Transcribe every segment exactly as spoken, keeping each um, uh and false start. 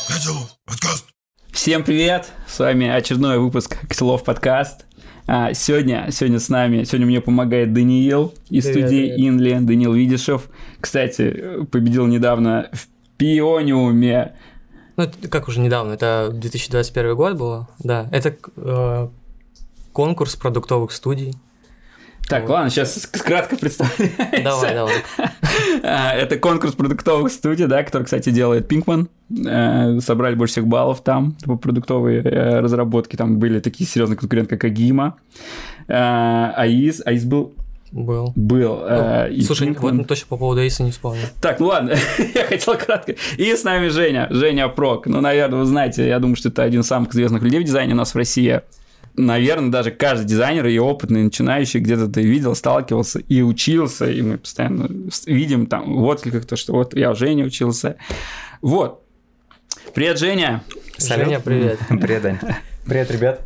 Всем привет! С вами очередной выпуск Котелов подкаст. А, сегодня, сегодня с нами, сегодня мне помогает Даниил из привет, студии привет. Инли, Даниил Видишев. Кстати, победил недавно в Пиониуме. Ну, как уже недавно, это две тысячи двадцать первый год было, да. Это э, конкурс продуктовых студий. Так, вот. Ладно, сейчас кратко представляю. Давай, давай. Это конкурс продуктовых студий, да, который, кстати, делает Pinkman. Собрали больше всех баллов там по продуктовой разработке. Там были такие серьезные конкуренты, как Агима. АИС. АИС был... Был. Был. Ну, слушай, Pinkman... вот точно по поводу АИСа не вспомнил. Так, ну ладно, я хотел кратко. И с нами Женя, Женя Прок. Ну, наверное, вы знаете, я думаю, что это один из самых известных людей в дизайне у нас в России. Наверное, даже каждый дизайнер и опытный, начинающий, где-то ты видел, сталкивался и учился, и мы постоянно видим там в откликах то, что вот я у Жени учился. Вот. Привет, Женя. Салют. Женя, привет. Привет, Дань. Привет, ребят.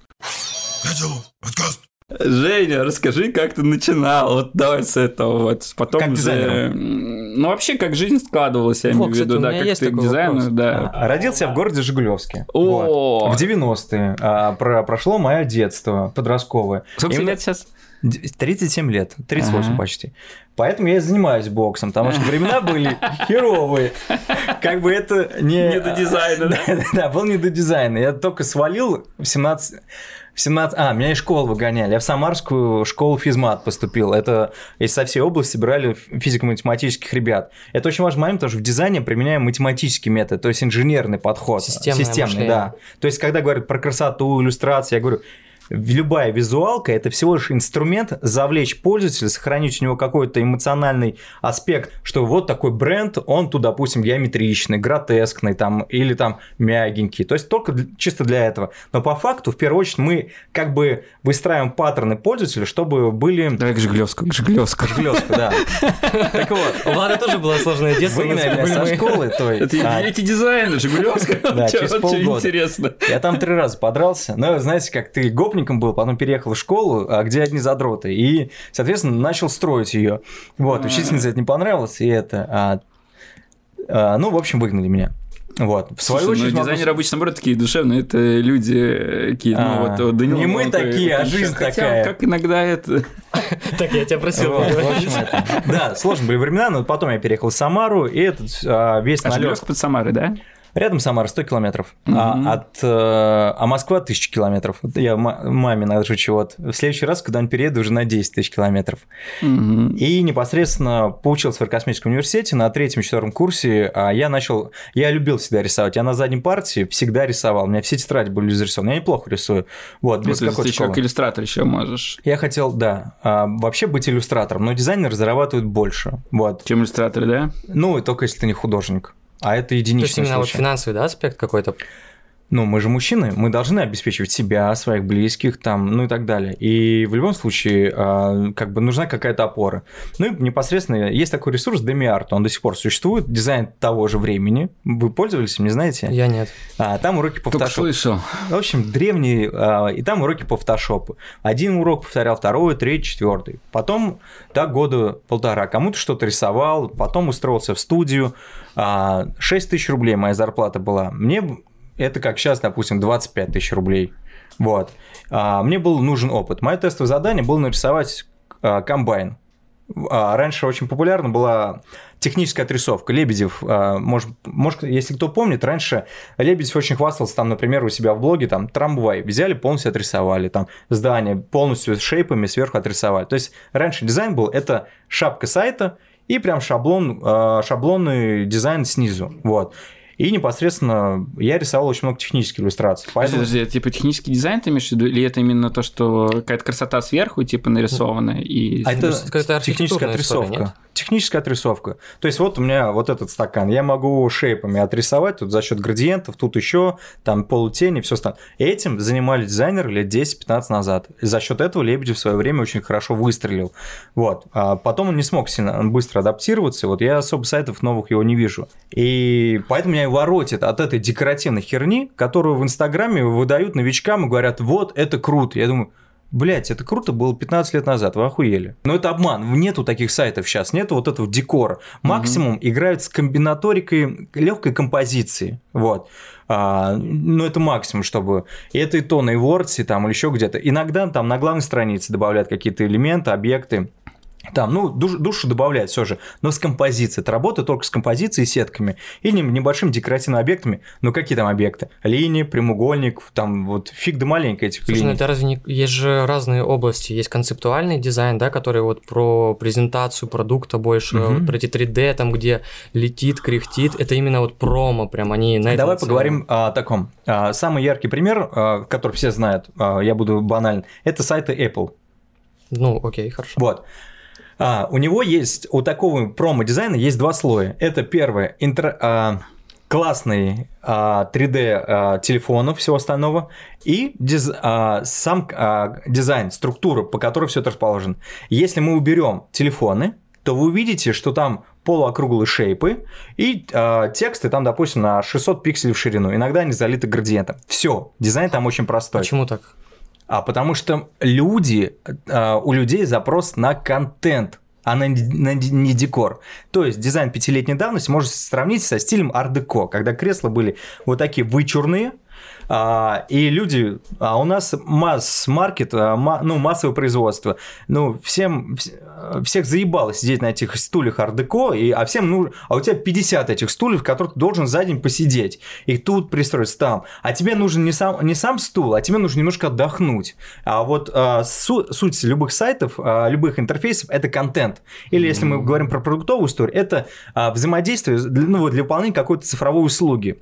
Женя, расскажи, как ты начинал. Вот давай с этого вот. Потом как уже... Ну, вообще, как жизнь складывалась, я имею в виду, да, как ты к дизайну, да. Родился я в городе Жигулевске. Вот. В девяностые. А, про, прошло мое детство подростковое. Сколько тебе лет сейчас? тридцать семь лет, тридцать восемь ага. почти. Поэтому я и занимаюсь боксом, потому что времена были херовые. Как бы это не... Не до дизайна, да? Да, был не до дизайна. Я только свалил в семнадцать... семнадцать... А, меня из школы выгоняли. Я в Самарскую школу физмат поступил. Это из со всей области брали физико-математических ребят. Это очень важный момент, потому что в дизайне применяем математический метод, то есть инженерный подход. Системное Системный, мышление. да. То есть, когда говорят про красоту, иллюстрацию, я говорю... Любая визуалка – это всего лишь инструмент завлечь пользователя, сохранить у него какой-то эмоциональный аспект, что вот такой бренд, он тут, допустим, геометричный, гротескный там, или там мягенький. То есть только чисто для этого. Но по факту, в первую очередь, мы как бы выстраиваем паттерны пользователя, чтобы были… Давай к Жигулевску, к Жигулевску. К Жигулевску, да. Так вот. У Влада тоже было сложное детство. Выгнали меня со школы. Эти дизайны, Жигулевска, что интересно. Я там три раза подрался. Но знаете, как ты гопник был, потом переехал в школу, где одни задроты, и, соответственно, начал строить ее. Вот, учительнице это не понравилось, и это... А, а, ну, в общем, выгнали меня. Вот. В свою Слушай, очередь, ну, дизайнеры могу... обычно, наоборот, такие душевные, это люди такие, а, ну, вот, вот Данил, не мы он, такие, он, а жизнь хотя, такая. Как иногда это... Так, я тебя просил. Да, сложные были времена, но потом я переехал в Самару, и этот весь налёт... А Жигулевск под Самарой, да? Рядом Самара, сто километров, mm-hmm. а, от, а Москва тысяча километров. Вот я маме научу, вот в следующий раз, когда он перееду, уже на десять тысяч километров. Mm-hmm. И непосредственно поучился в Аэрокосмическом университете на третьем-четвертом курсе. А я начал, я любил всегда рисовать. Я на задней партии всегда рисовал. У меня все тетради были зарисованы. Я неплохо рисую. Вот, без вот какой-то ты еще как иллюстратор еще можешь. Я хотел, да, вообще быть иллюстратором, но дизайнеры зарабатывают больше. Вот. Чем иллюстраторы, да? Ну, и только если ты не художник. А это единичный случай. То есть именно вот финансовый, да, аспект какой-то? Ну, мы же мужчины, мы должны обеспечивать себя, своих близких, там, ну и так далее. И в любом случае, как бы нужна какая-то опора. Ну и непосредственно есть такой ресурс DemiArt, он до сих пор существует, дизайн того же времени. Вы пользовались им, не знаете? Я нет. А, там уроки по фотошопу. Только слышал. В общем, древний, и там уроки по фотошопу. Один урок повторял, второй, третий, четвертый. Потом, так, года полтора. Кому-то что-то рисовал, потом устроился в студию. шесть тысяч рублей моя зарплата была. Мне... Это как сейчас, допустим, двадцать пять тысяч рублей. Вот. А, мне был нужен опыт. Мое тестовое задание было нарисовать а, комбайн. А, раньше очень популярна была техническая отрисовка. Лебедев, а, может, может, если кто помнит, раньше Лебедев очень хвастался, там, например, у себя в блоге, там, трамвай взяли, полностью отрисовали, там, здание полностью с шейпами сверху отрисовали. То есть, раньше дизайн был, это шапка сайта и прям шаблон, а, шаблонный дизайн снизу. Вот. И непосредственно я рисовал очень много технических иллюстраций. Поэтому... Подожди, типа технический дизайн ты имеешь в виду? Или это именно то, что какая-то красота сверху типа нарисованная? И... А это какая-то техническая отрисовка. История, техническая отрисовка. То есть вот у меня вот этот стакан. Я могу шейпами отрисовать тут за счет градиентов, тут еще там полутени, все остальное. Этим занимались дизайнеры лет десять-пятнадцать назад. И за счет этого Лебедев в свое время очень хорошо выстрелил. Вот. А потом он не смог сильно быстро адаптироваться. Вот я особо сайтов новых его не вижу. И поэтому меня воротит от этой декоративной херни, которую в Инстаграме выдают новичкам и говорят, вот это круто. Я думаю, Блять, это круто было пятнадцать лет назад, вы охуели. Но это обман, нету таких сайтов сейчас, нету вот этого декора. Максимум mm-hmm. играют с комбинаторикой легкой композиции, вот. А, ну, это максимум, чтобы... И это и то на Word, там, или еще где-то. Иногда там на главной странице добавляют какие-то элементы, объекты. Там, ну, душ, душу добавляют все же, но с композицией. Это работа только с композицией и сетками. Или небольшими декоративными объектами. Ну, какие там объекты? Линии, прямоугольник, там вот фиг да маленько этих Слушай, линий. ну это разве не... Есть же разные области. Есть концептуальный дизайн, да, который вот про презентацию продукта больше, угу. вот про эти три дэ, там, где летит, кряхтит. Это именно вот промо, прям они на Давай этом поговорим о таком. Самый яркий пример, который все знают, я буду банален, это сайты Apple. Ну, окей, хорошо. Вот. А, у него есть, у такого промо-дизайна есть два слоя. Это первое, интер, а, классный а, три дэ а, телефонов, всего остального, и диз, а, сам а, дизайн, структура, по которой все это расположено. Если мы уберем телефоны, то вы увидите, что там полуокруглые шейпы и а, тексты там, допустим, на шестьсот пикселей в ширину. Иногда они залиты градиентом. Все, дизайн там очень простой. Почему так? А потому что люди, у людей запрос на контент, а на не декор. То есть дизайн пятилетней давности можно сравнить со стилем ар-деко, когда кресла были вот такие вычурные, и люди, а у нас масс-маркет, ну, массовое производство, ну, всем, всех заебало сидеть на этих стульях ар-деко, и, а всем нужно, а у тебя пятьдесят этих стульев, в которых ты должен за день посидеть, и тут пристроиться там, а тебе нужен не сам, не сам стул, а тебе нужно немножко отдохнуть. А вот а, су, суть любых сайтов, а, любых интерфейсов – это контент. Или если мы говорим про продуктовую историю, это а, взаимодействие, ну, для выполнения какой-то цифровой услуги.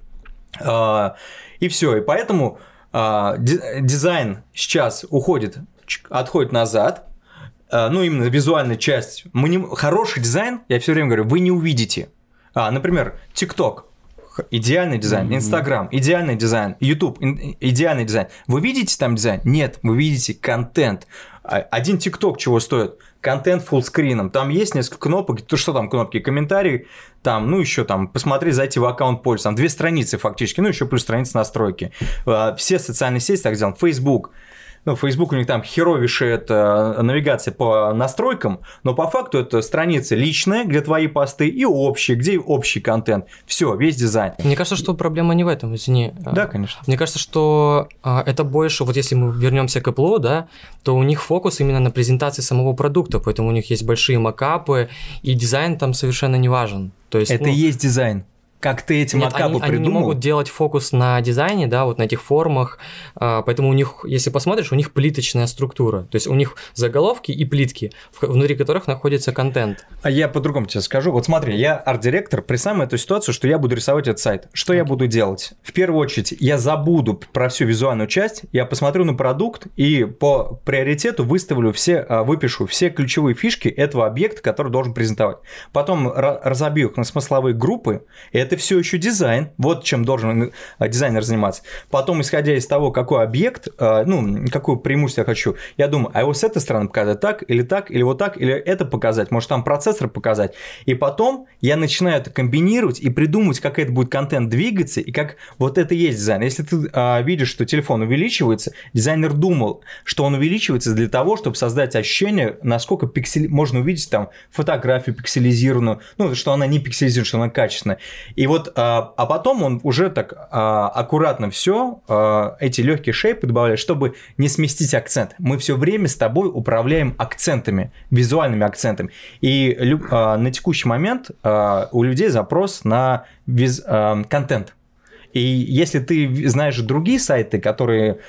А, И все, и поэтому э, дизайн сейчас уходит, отходит назад, э, ну именно визуальная часть. Мы не... Хороший дизайн, я все время говорю, вы не увидите. А, например, TikTok идеальный дизайн, Instagram идеальный дизайн, YouTube идеальный дизайн. Вы видите там дизайн? Нет, вы видите контент. Один TikTok чего стоит? Контент фуллскрином. Там есть несколько кнопок. То что там кнопки? Комментарии. Там, ну, еще там, посмотри, зайти в аккаунт пользователя. Там две страницы фактически. Ну, еще плюс страницы настройки. Все социальные сети так сделаны. Facebook. Ну, Facebook у них там херовейшая это навигация по настройкам, но по факту это страница личная, где твои посты, и общие, где общий контент. Все, весь дизайн. Мне кажется, что проблема не в этом, извини. Да, конечно. Мне кажется, что это больше, вот если мы вернемся к Apple, да, то у них фокус именно на презентации самого продукта, поэтому у них есть большие макапы, и дизайн там совершенно не важен. То есть, это ну, и есть дизайн. Как ты эти Нет, макапы они, придумал? Они не могут делать фокус на дизайне, да, вот на этих формах, поэтому у них, если посмотришь, у них плиточная структура, то есть у них заголовки и плитки, внутри которых находится контент. А я по-другому тебе скажу. Вот смотри, я арт-директор, представим эту ситуацию, что я буду рисовать этот сайт. Что okay. я буду делать? В первую очередь, я забуду про всю визуальную часть, я посмотрю на продукт и по приоритету выставлю все, выпишу все ключевые фишки этого объекта, который должен презентовать. Потом разобью их на смысловые группы, и это все еще дизайн, вот чем должен дизайнер заниматься. Потом, исходя из того, какой объект, ну, какое преимущество я хочу, я думаю, а его с этой стороны показать так, или так, или вот так, или это показать, может там процессор показать. И потом я начинаю это комбинировать и придумывать, как это будет контент двигаться, и как вот это и есть дизайн. Если ты а, видишь, что телефон увеличивается, дизайнер думал, что он увеличивается для того, чтобы создать ощущение, насколько пиксель... можно увидеть там фотографию пикселизированную, ну, что она не пикселизирована, что она качественная. И вот, а, а потом он уже так а, аккуратно все, а, эти легкие шейпы добавляет, чтобы не сместить акцент. Мы все время с тобой управляем акцентами, визуальными акцентами. И а, на текущий момент а, у людей запрос на виз, а, контент. И если ты знаешь другие сайты, которые...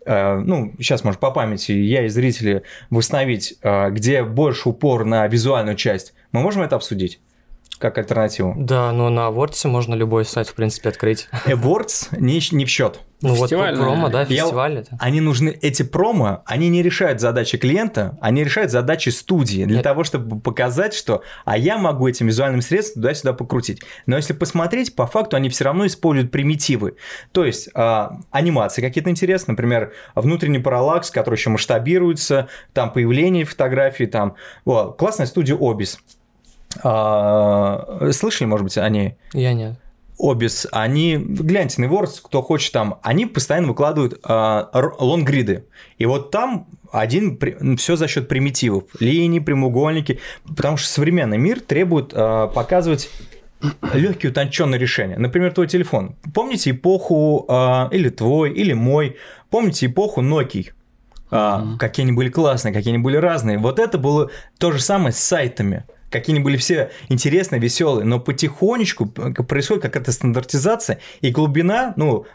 Ну, сейчас, может, по памяти я и зрители восстановить, где больше упор на визуальную часть, мы можем это обсудить как альтернативу? Да, но на Words можно любой сайт, в принципе, открыть. Words не, не в счет. Ну вот промо, да, фестиваль это. Они нужны, эти промо, они не решают задачи клиента, они решают задачи студии для Нет. того, чтобы показать, что а я могу этим визуальным средством туда-сюда покрутить. Но если посмотреть, по факту они все равно используют примитивы. То есть а, анимации какие-то интересные, например, внутренний параллакс, который еще масштабируется, там появление фотографий, там. О, классная студия Obis. А, слышали, может быть, о ней? Я нет. Obis, они, гляньте на Words, кто хочет там, они постоянно выкладывают э, лонгриды. И вот там один, все за счет примитивов, линии, прямоугольники, потому что современный мир требует э, показывать легкие утонченные решения. Например, твой телефон. Помните эпоху, э, или твой, или мой, помните эпоху Nokia? Mm-hmm. Какие они были классные, какие они были разные. Вот это было то же самое с сайтами. Какие они были все интересные, веселые, но потихонечку происходит какая-то стандартизация и глубина, ну,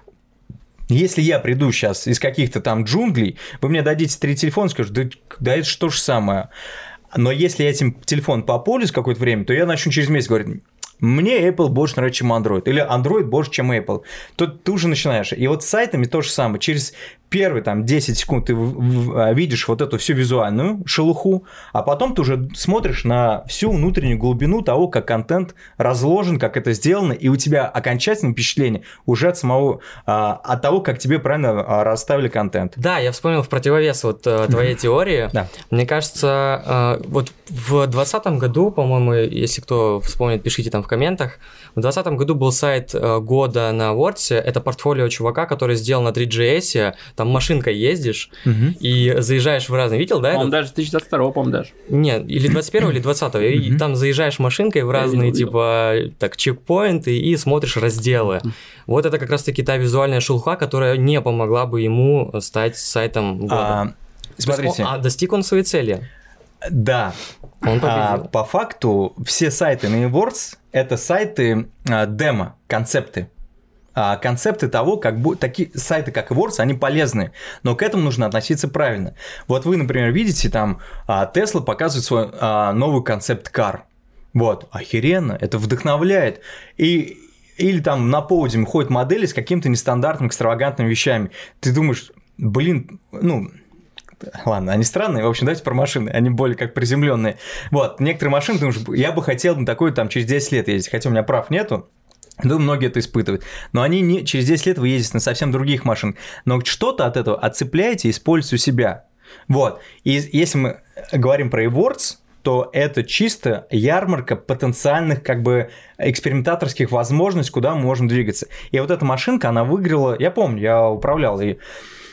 если я приду сейчас из каких-то там джунглей, вы мне дадите три телефона и скажете, да, да это же то же самое. Но если я этим телефоном попользуюсь какое-то время, то я начну через месяц говорить, мне Apple больше нравится, чем Android, или Android больше, чем Apple. То ты уже начинаешь. И вот с сайтами то же самое. Через первые там, десять секунд ты видишь вот эту всю визуальную шелуху, а потом ты уже смотришь на всю внутреннюю глубину того, как контент разложен, как это сделано, и у тебя окончательное впечатление уже от самого, от того, как тебе правильно расставили контент. Да, я вспомнил в противовес вот твоей теории. Да. Мне кажется, вот в двадцатом году, по-моему, если кто вспомнит, пишите там в комментах, в двадцатом году был сайт года на Word's, это портфолио чувака, который сделал на три джи эс, там машинкой ездишь угу. и заезжаешь в разные, видел, да? Он этот? даже две тысячи двадцать второго, по-моему, даже. Нет, или двадцать первого, или двадцатого, и там заезжаешь машинкой в разные, видел, типа, так, чекпоинты и смотришь разделы. Вот это как раз-таки та визуальная шелуха, которая не помогла бы ему стать сайтом года. А, смотрите. А достиг он своей цели? Да. Он а, по факту все сайты на Words – это сайты а, демо, концепты. А, концепты того, как бу- такие сайты, как Words, они полезны, но к этому нужно относиться правильно. Вот вы, например, видите, там а, Tesla показывает свой а, новый концепт-кар. Вот, охеренно, это вдохновляет. И или там на подиуме ходят модели с какими-то нестандартными, экстравагантными вещами. Ты думаешь, блин, ну... Ладно, они странные. В общем, давайте про машины. Они более как приземленные. Вот, некоторые машины, думаешь, я бы хотел на такой там через десять лет ездить, хотя у меня прав нету. Думаю, многие это испытывают. Но они не, через десять лет вы ездите на совсем других машин. Но что-то от этого отцепляете и используете у себя. Вот. И если мы говорим про eWords, то это чисто ярмарка потенциальных как бы экспериментаторских возможностей, куда мы можем двигаться. И вот эта машинка, она выиграла, я помню, я управлял и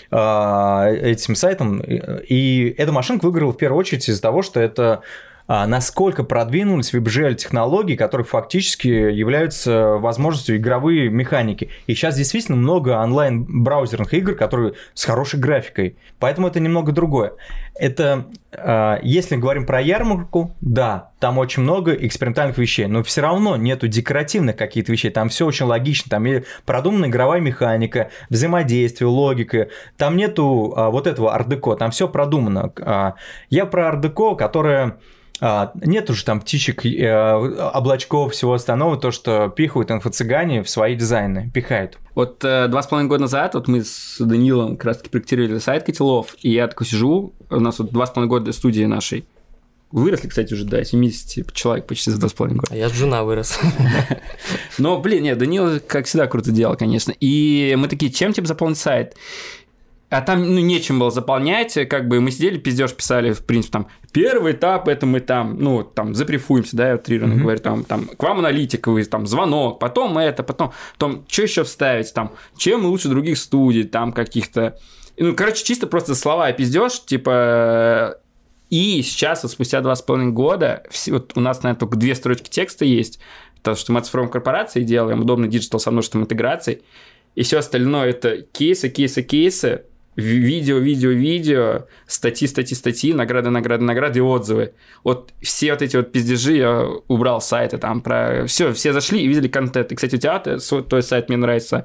этим сайтом, и эта машинка выиграла в первую очередь из-за того, что это насколько продвинулись WebGL технологии, которые фактически являются возможностью игровые механики. И сейчас действительно много онлайн-браузерных игр, которые с хорошей графикой. Поэтому это немного другое. Это, если говорим про ярмарку, да, там очень много экспериментальных вещей, но все равно нету декоративных каких-то вещей, там все очень логично, там и продуманная игровая механика, взаимодействие, логика, там нету вот этого ар-деко, там все продумано. Я про ар-деко, которое... А, нет уже там птичек, э, облачков, всего остального, то, что пихают инфо-цыгане в свои дизайны, пихают. Вот э, два с половиной года назад вот мы с Данилом как раз-таки проектировали сайт Котелов, и я такой сижу, у нас вот два с половиной года студии нашей. Выросли, кстати, уже до семьдесят человек почти за два с половиной года. А я с жена вырос. Но, блин, нет, Данил, как всегда, круто делал, конечно. И мы такие, чем тебе заполнить сайт? А там, ну, нечем было заполнять, как бы мы сидели, пиздеж писали, в принципе, там, первый этап, это мы там, ну, там, заприфуемся, да, я утрированно mm-hmm. говорю, там, там, к вам аналитика, вы, там, звонок, потом это, потом, потом, что еще вставить, там, чем мы лучше других студий, там, каких-то, ну, короче, чисто просто слова пиздеж, типа, и сейчас, вот спустя два с половиной года, все, вот у нас, наверное, только две строчки текста есть, потому что мы цифровой корпорацией делаем, удобный диджитал со множеством интеграций, и все остальное это кейсы, кейсы, кейсы, видео, видео, видео, статьи, статьи, статьи, награды, награды, награды и отзывы. Вот все вот эти вот пиздежи я убрал с сайта, там про... Все, все зашли и видели контент. И, кстати, у тебя твой сайт мне нравится.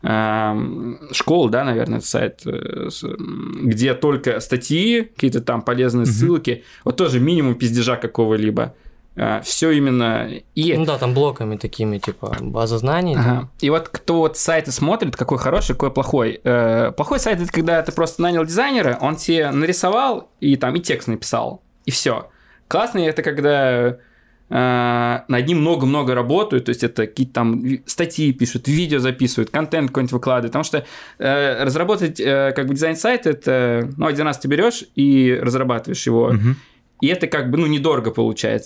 Школа, да, наверное, сайт, где только статьи, какие-то там полезные mm-hmm. ссылки. Вот тоже минимум пиздежа какого-либо. Все именно... И... Ну да, там блоками такими, типа, база знаний. Ага. Да. И вот кто вот сайты смотрит, какой хороший, какой плохой. Э, плохой сайт – это когда ты просто нанял дизайнера, он тебе нарисовал и там и текст написал, и все. Классный – это когда э, над ним много-много работают, то есть это какие-то там статьи пишут, видео записывают, контент какой-нибудь выкладывают, потому что э, разработать э, как бы дизайн сайта – это, ну, один раз ты берешь и разрабатываешь его, угу. и это как бы, ну, недорого получается.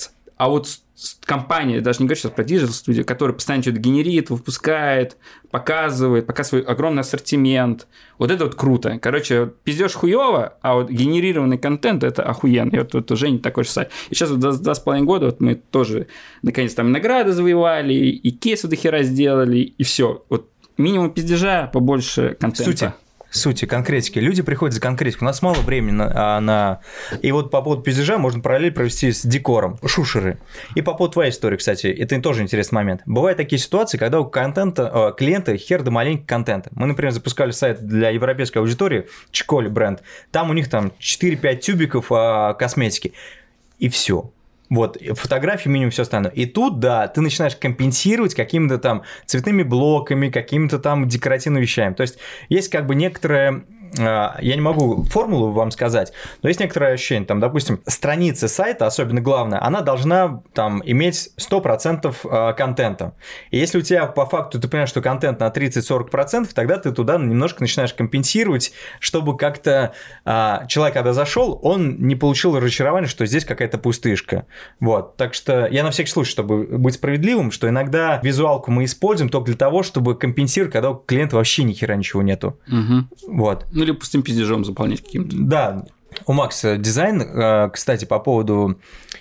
А вот компания, даже не говорю сейчас про диджитал студию, которая постоянно что-то генерит, выпускает, показывает, показывает свой огромный ассортимент. Вот это вот круто. Короче, пиздёшь хуёво, а вот генерированный контент – это охуенно. И вот, вот у Жени такой же сайт. И сейчас вот за два с половиной года вот мы тоже наконец там награды завоевали, и кейсы до хера сделали, и все. Вот минимум пиздежа, побольше контента. Сути. Сути, конкретики. Люди приходят за конкретику. У нас мало времени на, на... И вот по поводу пиздежа можно параллель провести с декором. Шушеры. И по поводу твоей истории, кстати, это тоже интересный момент. Бывают такие ситуации, когда у контента, клиента хер да маленький контента. Мы, например, запускали сайт для европейской аудитории, Чиколи бренд. Там у них там четыре-пять тюбиков а, косметики. И все. Вот, фотографии, минимум, все остальное. И тут, да, ты начинаешь компенсировать какими-то там цветными блоками, какими-то там декоративными вещами. То есть, есть как бы некоторое... Я не могу формулу вам сказать, но есть некоторое ощущение, там, допустим, страница сайта, особенно главная, она должна там иметь сто процентов контента. И если у тебя по факту ты понимаешь, что контент на тридцать-сорок процентов, тогда ты туда немножко начинаешь компенсировать, чтобы как-то человек, когда зашел, он не получил разочарования, что здесь какая-то пустышка. Вот. Так что я на всякий случай, чтобы быть справедливым, что иногда визуалку мы используем только для того, чтобы компенсировать, когда у клиента вообще ни хера ничего нету. Угу. Вот. Ну, или пустым пиздежом заполнять каким-то. Да, у Макса дизайн, кстати, по поводу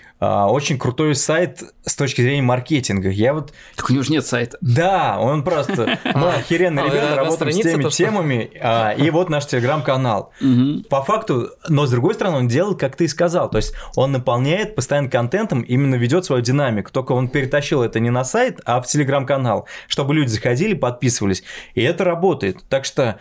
очень крутой сайт с точки зрения маркетинга. Я вот... Так у него же нет сайта. Да, он просто... Мы охеренные ребята, работаем с теми темами, и вот наш телеграм-канал. По факту, но с другой стороны, он делает, как ты и сказал, то есть он наполняет постоянно контентом, именно ведет свою динамику, только он перетащил это не на сайт, а в телеграм-канал, чтобы люди заходили, подписывались, и это работает. Так что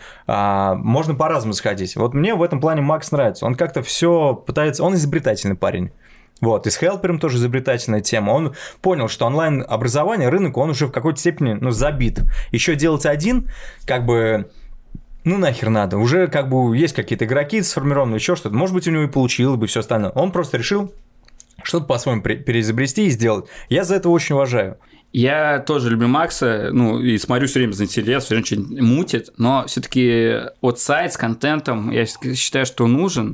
можно по-разному сходить. Вот мне в этом плане Макс нравится. Он как-то все пытается... Он изобретательный парень. Вот, и с Хелпером тоже изобретательная тема. Он понял, что онлайн-образование, рынок, он уже в какой-то степени, ну, забит. Еще делать один, как бы, ну, нахер надо. Уже, как бы, есть какие-то игроки сформированные, еще что-то. Может быть, у него и получилось бы все остальное. Он просто решил что-то по-своему переизобрести и сделать. Я за это очень уважаю. Я тоже люблю Макса, ну, и смотрю все время за интерес, все время что-нибудь мутит, но все-таки вот сайт с контентом, я считаю, что нужен,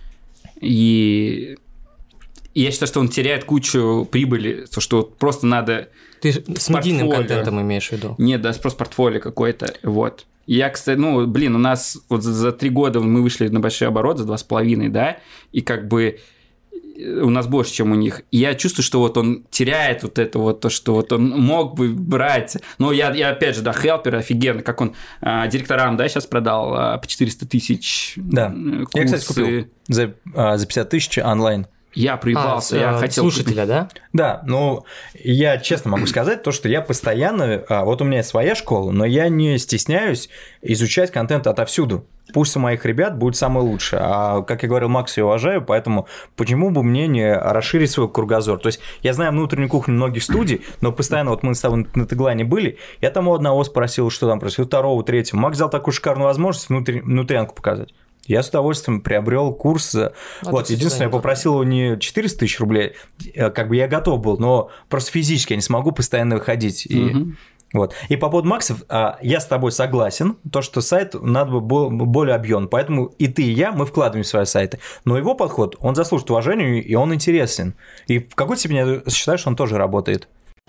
и... И я считаю, что он теряет кучу прибыли, то, что просто надо... Ты с медийным контентом имеешь в виду? Нет, да, просто портфолио какое-то, вот. Я, кстати, ну, блин, у нас вот за, за три года мы вышли на большой оборот, за два с половиной, да, и как бы у нас больше, чем у них. И я чувствую, что вот он теряет вот это вот, то, что вот он мог бы брать. Но я, я опять же, да, Хелпер офигенно, как он а, директорам, да, сейчас продал а, по четыреста тысяч да. курсы. Я, кстати, купил за, а, за пятьдесят тысяч онлайн. Я проебался, а, я хотел... Слушателя, купить. Да? Да, ну, я честно могу сказать то, что я постоянно... Вот у меня есть своя школа, но я не стесняюсь изучать контент отовсюду. Пусть у моих ребят будет самое лучшее. А, как я говорил, Макс, я уважаю, поэтому почему бы мне не расширить свой кругозор? То есть я знаю внутреннюю кухню многих студий, но постоянно, вот мы с тобой на Теглане были, я там у одного спросил, что там происходит, у второго, у третьего. Макс взял такую шикарную возможность внутри, внутрянку показать. Я с удовольствием приобрел курс. А вот, единственное, я попросил его не четыреста тысяч рублей, как бы я готов был, но просто физически я не смогу постоянно выходить. И, угу. вот. И по поводу Максов, я с тобой согласен, то, что сайт надо бы более объемный, поэтому и ты, и я, мы вкладываем в свои сайты. Но его подход, он заслужит уважения, и он интересен. И в какой-то степени я считаю, что он тоже работает.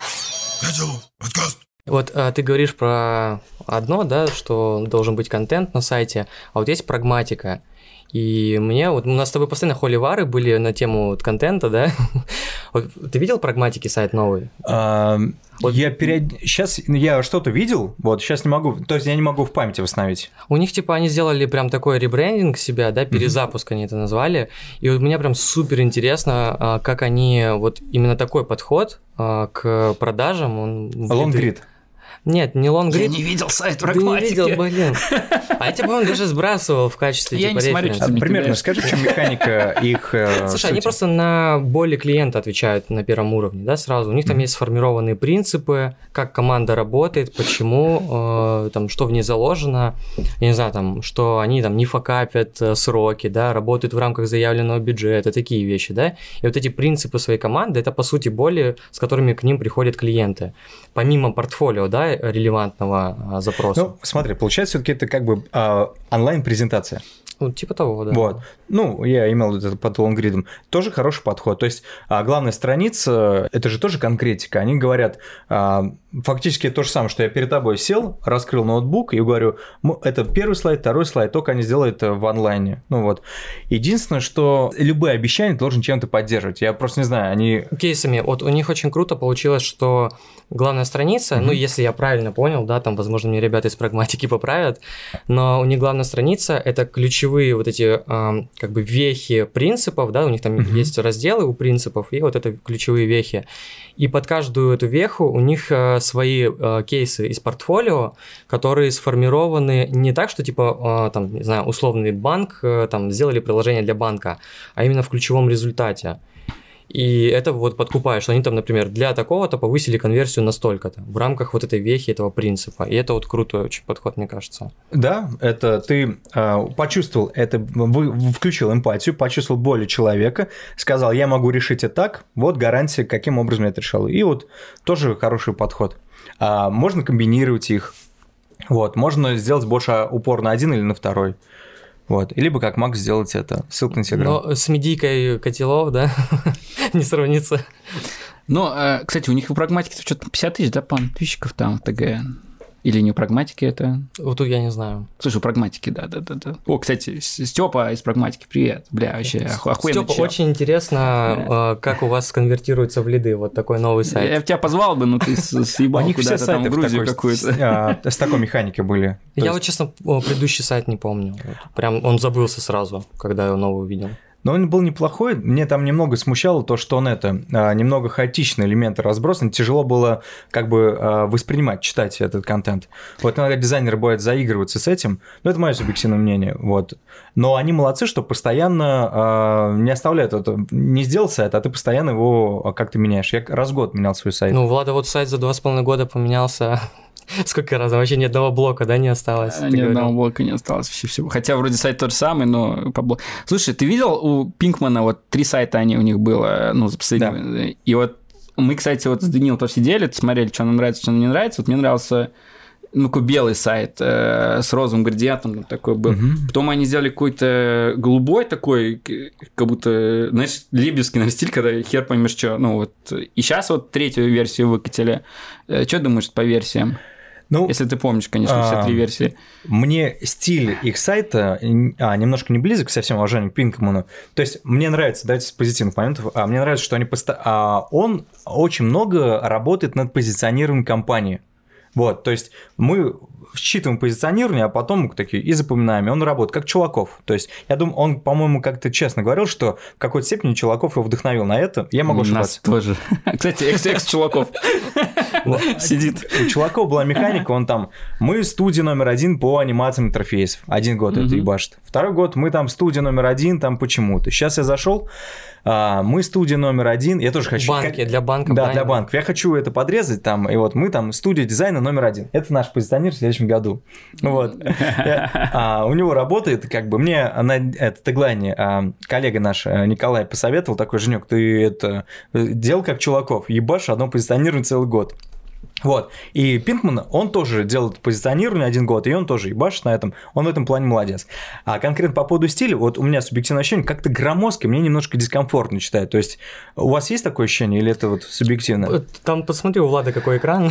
Вот а, ты говоришь про одно, да, что должен быть контент на сайте, а вот есть прагматика. И мне, вот у нас с тобой постоянно холивары были на тему вот, контента, да? Вот, ты видел прагматики сайт новый? А, вот. Я перед... Сейчас я что-то видел, вот сейчас не могу, то есть я не могу в памяти восстановить. У них типа они сделали прям такой ребрендинг себя, да, перезапуск mm-hmm. они это назвали, и вот мне прям супер интересно, как они вот именно такой подход к продажам. Он... Лонгрид. Нет, не лонгрид. Я не видел сайт прагматики. Ты не видел, блин. А я тебе, по-моему, даже сбрасывал в качестве я типа не смотрю, референса. Примерно скажи, в чем механика их Слушай, сути. Они просто на боли клиента отвечают на первом уровне, да, сразу. У них там mm-hmm. есть сформированные принципы, как команда работает, почему, э, там, что в ней заложено. Я не знаю, там, что они там не факапят э, сроки, да, работают в рамках заявленного бюджета, такие вещи, да. И вот эти принципы своей команды, это, по сути, боли, с которыми к ним приходят клиенты. Помимо портфолио, да, релевантного а, запроса. Ну, смотри, получается, все-таки это как бы а, онлайн-презентация. Ну, типа того, да. Вот. Ну, я имел в виду под лонгридом. Тоже хороший подход. То есть, а, главная страница, это же тоже конкретика. Они говорят, а, фактически то же самое, что я перед тобой сел, раскрыл ноутбук и говорю, это первый слайд, второй слайд, только они сделают это в онлайне. Ну вот. Единственное, что любые обещания должен чем-то поддерживать. Я просто не знаю, они... Кейсами. Вот у них очень круто получилось, что главная страница, mm-hmm. ну, если я правильно понял, да, там, возможно, мне ребята из прагматики поправят, но у них главная страница – это ключевые вот эти, э, как бы, вехи принципов, да, у них там mm-hmm. есть разделы у принципов, и вот это ключевые вехи. И под каждую эту веху у них э, свои э, кейсы из портфолио, которые сформированы не так, что, типа, э, там, не знаю, условный банк, э, там, сделали приложение для банка, а именно в ключевом результате. И это вот подкупает, что они там, например, для такого-то повысили конверсию на столько-то в рамках вот этой вехи, этого принципа. И это вот крутой очень подход, мне кажется. Да, это ты э, почувствовал, это вы, включил эмпатию, почувствовал боль человека, сказал, я могу решить это так, вот гарантия, каким образом я это решал. И вот тоже хороший подход. А, можно комбинировать их, вот, можно сделать больше упор на один или на второй. Вот. И либо как Макс сделать это. Ссылка на Телеграм. Но с медийкой котелов, да, не сравнится. Ну, кстати, у них в прагматике что-то пятьдесят тысяч, да, подписчиков там в ТГ. Или не у прагматики это? Вот тут я не знаю. Слушай, у прагматики, да-да-да. О, кстати, Степа из прагматики, привет. Бля, вообще охуенно. Степа, очень интересно, да. Как у вас конвертируются в лиды, вот такой новый сайт. Я тебя позвал бы, но ты съебал куда-то там в Грузию какую-то. С такой механикой были. Я вот, честно, предыдущий сайт не помню. Прям он забылся сразу, когда я новый увидел. Но он был неплохой, мне там немного смущало то, что он это, немного хаотичные элементы разбросаны, тяжело было как бы воспринимать, читать этот контент. Вот иногда дизайнеры бывают заигрываться с этим, но это мое субъективное мнение, вот. Но они молодцы, что постоянно не оставляют это, не сделал сайт, а ты постоянно его как-то меняешь. Я раз в год менял свой сайт. Ну, Влада, вот сайт за два с половиной года поменялся... Сколько раз? Вообще ни одного блока, да, не осталось? Ни одного блока не осталось вообще всего. Хотя вроде сайт тот же самый, но по блоку. Слушай, ты видел у Пинкмана, вот три сайта они у них было, ну, за последние... Да. И вот мы, кстати, вот с Данилом тоже сидели, смотрели, что нам нравится, что нам не нравится. Вот мне нравился, ну, такой белый сайт э, с розовым градиентом такой был. Угу. Потом они сделали какой-то голубой такой, как будто, знаешь, либевский, наверное, стиль, когда хер поймешь, что. Ну, вот. И сейчас вот третью версию выкатили. Что думаешь по версиям? Ну, если ты помнишь, конечно, все три версии. Мне стиль их сайта а, немножко не близок, со всем уважением к Пинкману. То есть, мне нравится, давайте с позитивных моментов, а, мне нравится, что они поста... а, он очень много работает над позиционированием компании. Вот, то есть, мы считываем позиционирование, а потом такие и запоминаем, и он работает, как Чулаков. То есть, я думаю, он, по-моему, как-то честно говорил, что в какой-то степени Чулаков его вдохновил на это. Я могу ошибаться. Нас тоже. Кстати, экс-экс Чулаков сидит. У Чулакова была механика, он там, мы студия номер один по анимациям интерфейсов. Один год это ебашит. Второй год мы там студия номер один там почему-то. Сейчас я зашел. А, мы студия номер один, я тоже хочу... Банки, как... для банков. Да, для банков. Я хочу это подрезать там, и вот мы там студия дизайна номер один. Это наш позиционер в следующем году. Вот. У него работает, как бы, мне на это теглайне коллега наш Николай посоветовал, такой, Женек, ты это делал как Чулаков, ебашь одно позиционирование целый год. Вот, и Пинкман, он тоже делает позиционирование один год, и он тоже ебашит на этом, он в этом плане молодец. А конкретно по поводу стиля, вот у меня субъективное ощущение, как-то громоздко, мне немножко дискомфортно читать, то есть у вас есть такое ощущение, или это вот субъективно? Там, посмотри, у Влада какой экран,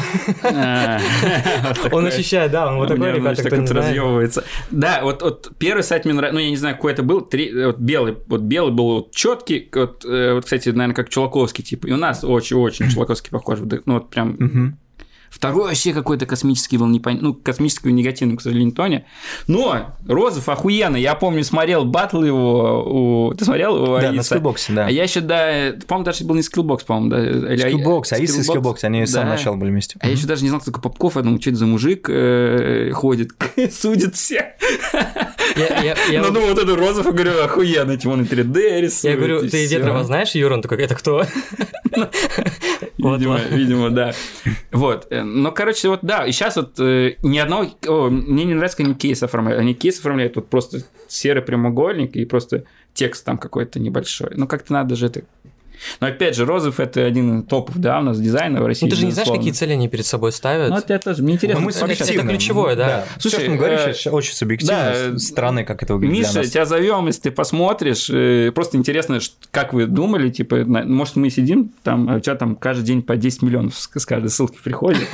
он ощущает, да, он вот такой, ребята, кто не знает. Да, вот первый сайт мне нравится, ну я не знаю, какой это был, белый, вот белый был четкий, вот, кстати, наверное, как Чулаковский тип, и у нас очень-очень Чулаковский похож, ну вот прям... Второй вообще какой-то космический был, непонятный, ну, космический в негативном, к сожалению, тоне. Но Розов охуенно, я помню, смотрел батл его, у... ты смотрел его? Да, Аиса? На скиллбоксе, да. А я еще, да, по-моему, даже был не скиллбокс, по-моему, да. Скиллбокс, Аис и скиллбокс, они да. с самого начала были вместе. А mm-hmm. я еще даже не знал, кто такой Попков, я думал, что это за мужик э, ходит, судит всех. Но думал, вот это Розов, и говорю, охуенно, Тимон и три дэ рисует. Я говорю, ты Ветрова знаешь, Юра? Он такой, это кто? Видимо, видимо, да. Вот. Ну, короче, вот да, и сейчас вот э, ни одного... О, мне не нравится, как они кейс оформляют. Они кейс оформляют, вот просто серый прямоугольник и просто текст там какой-то небольшой. Ну, как-то надо же это Но опять же, Розов это один из топов, да, у нас дизайна в России. Ну ты же не знаешь, безусловно. какие цели они перед собой ставят. Ну, это тоже, мне интересно. Мы это, это ключевое, да. да. Слушай, Все, что мы говорим, э, сейчас очень субъективно, да, с стороны, как это выглядит Миша, для нас. тебя зовем, если ты посмотришь. э, Просто интересно, ш- как вы думали, типа, на- может, мы сидим, там, а у тебя там каждый день по десять миллионов с с каждой ссылки приходит.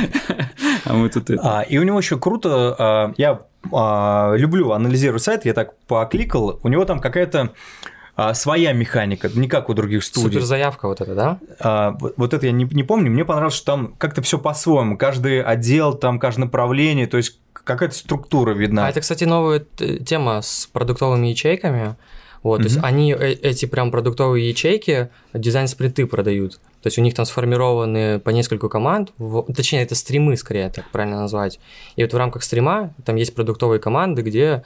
А мы тут это... А, и у него еще круто, а, я а, люблю анализировать сайт, я так покликал, у него там какая-то а, своя механика, не как у других студий. Суперзаявка вот эта, да? А, вот, вот это я не, не помню, мне понравилось, что там как-то все по-своему, каждый отдел, там каждое направление, то есть какая-то структура видна. А это, кстати, новая т- тема с продуктовыми ячейками. Вот, то есть Мгм. они э- эти прям продуктовые ячейки дизайн-спринты продают. То есть у них там сформированы по нескольку команд, в- точнее, это стримы, скорее, так правильно назвать. И вот в рамках стрима там есть продуктовые команды, где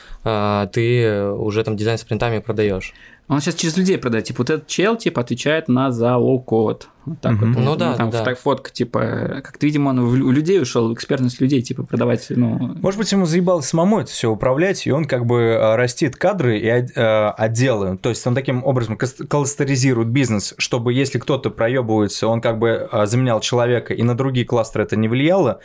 а, ты уже там дизайн-спринтами продаешь. Он сейчас через людей продает. Типа, вот этот чел, типа, отвечает на за лоу-код. Вот так Мгм. вот. Ну да, Там да. фото- фотка, типа, как-то, видимо, он в лю- у людей ушел, экспертность людей, типа, продавать, ну... Может быть, ему заебалось самому это все управлять, и он как бы э, растит кадры и от- э, отделы. То есть он таким образом кас- кластеризирует бизнес, чтобы если кто-то проебывается, он как бы э, заменял человека, и на другие кластеры это не влияло.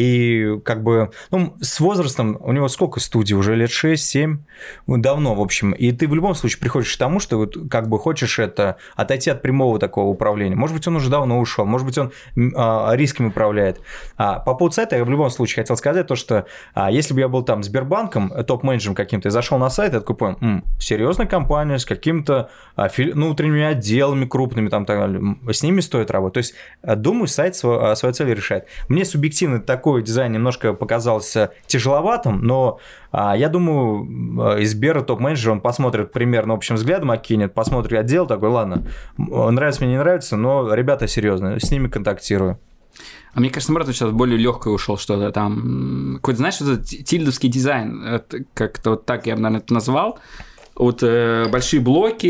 И как бы ну, с возрастом у него сколько студий? Уже лет шесть-семь? Давно, в общем. И ты в любом случае приходишь к тому, что вот как бы хочешь это отойти от прямого такого управления. Может быть, он уже давно ушел, может быть, он а, рисками управляет. А, по поводу сайта я в любом случае хотел сказать то, что а, если бы я был там Сбербанком, топ-менеджером каким-то, и зашел на сайт, я такой понял, м, серьезная компания с какими-то а, фи- внутренними отделами крупными, там, так далее. М, с ними стоит работать. То есть, а, думаю, сайт сво- а, свою цель решает. Мне субъективно такой дизайн немножко показался тяжеловатым, но а, я думаю, а, из Сбера топ-менеджер, он посмотрит примерно общим взглядом, окинет, посмотрит отдел, такой, ладно, м, нравится мне, не нравится, но ребята серьезные, с ними контактирую. А мне кажется, наоборот, сейчас более легкое ушел что-то там. Какой-то, знаешь, вот этот тильдовский дизайн, это как-то вот так я бы, наверное, это назвал. Вот э, большие блоки,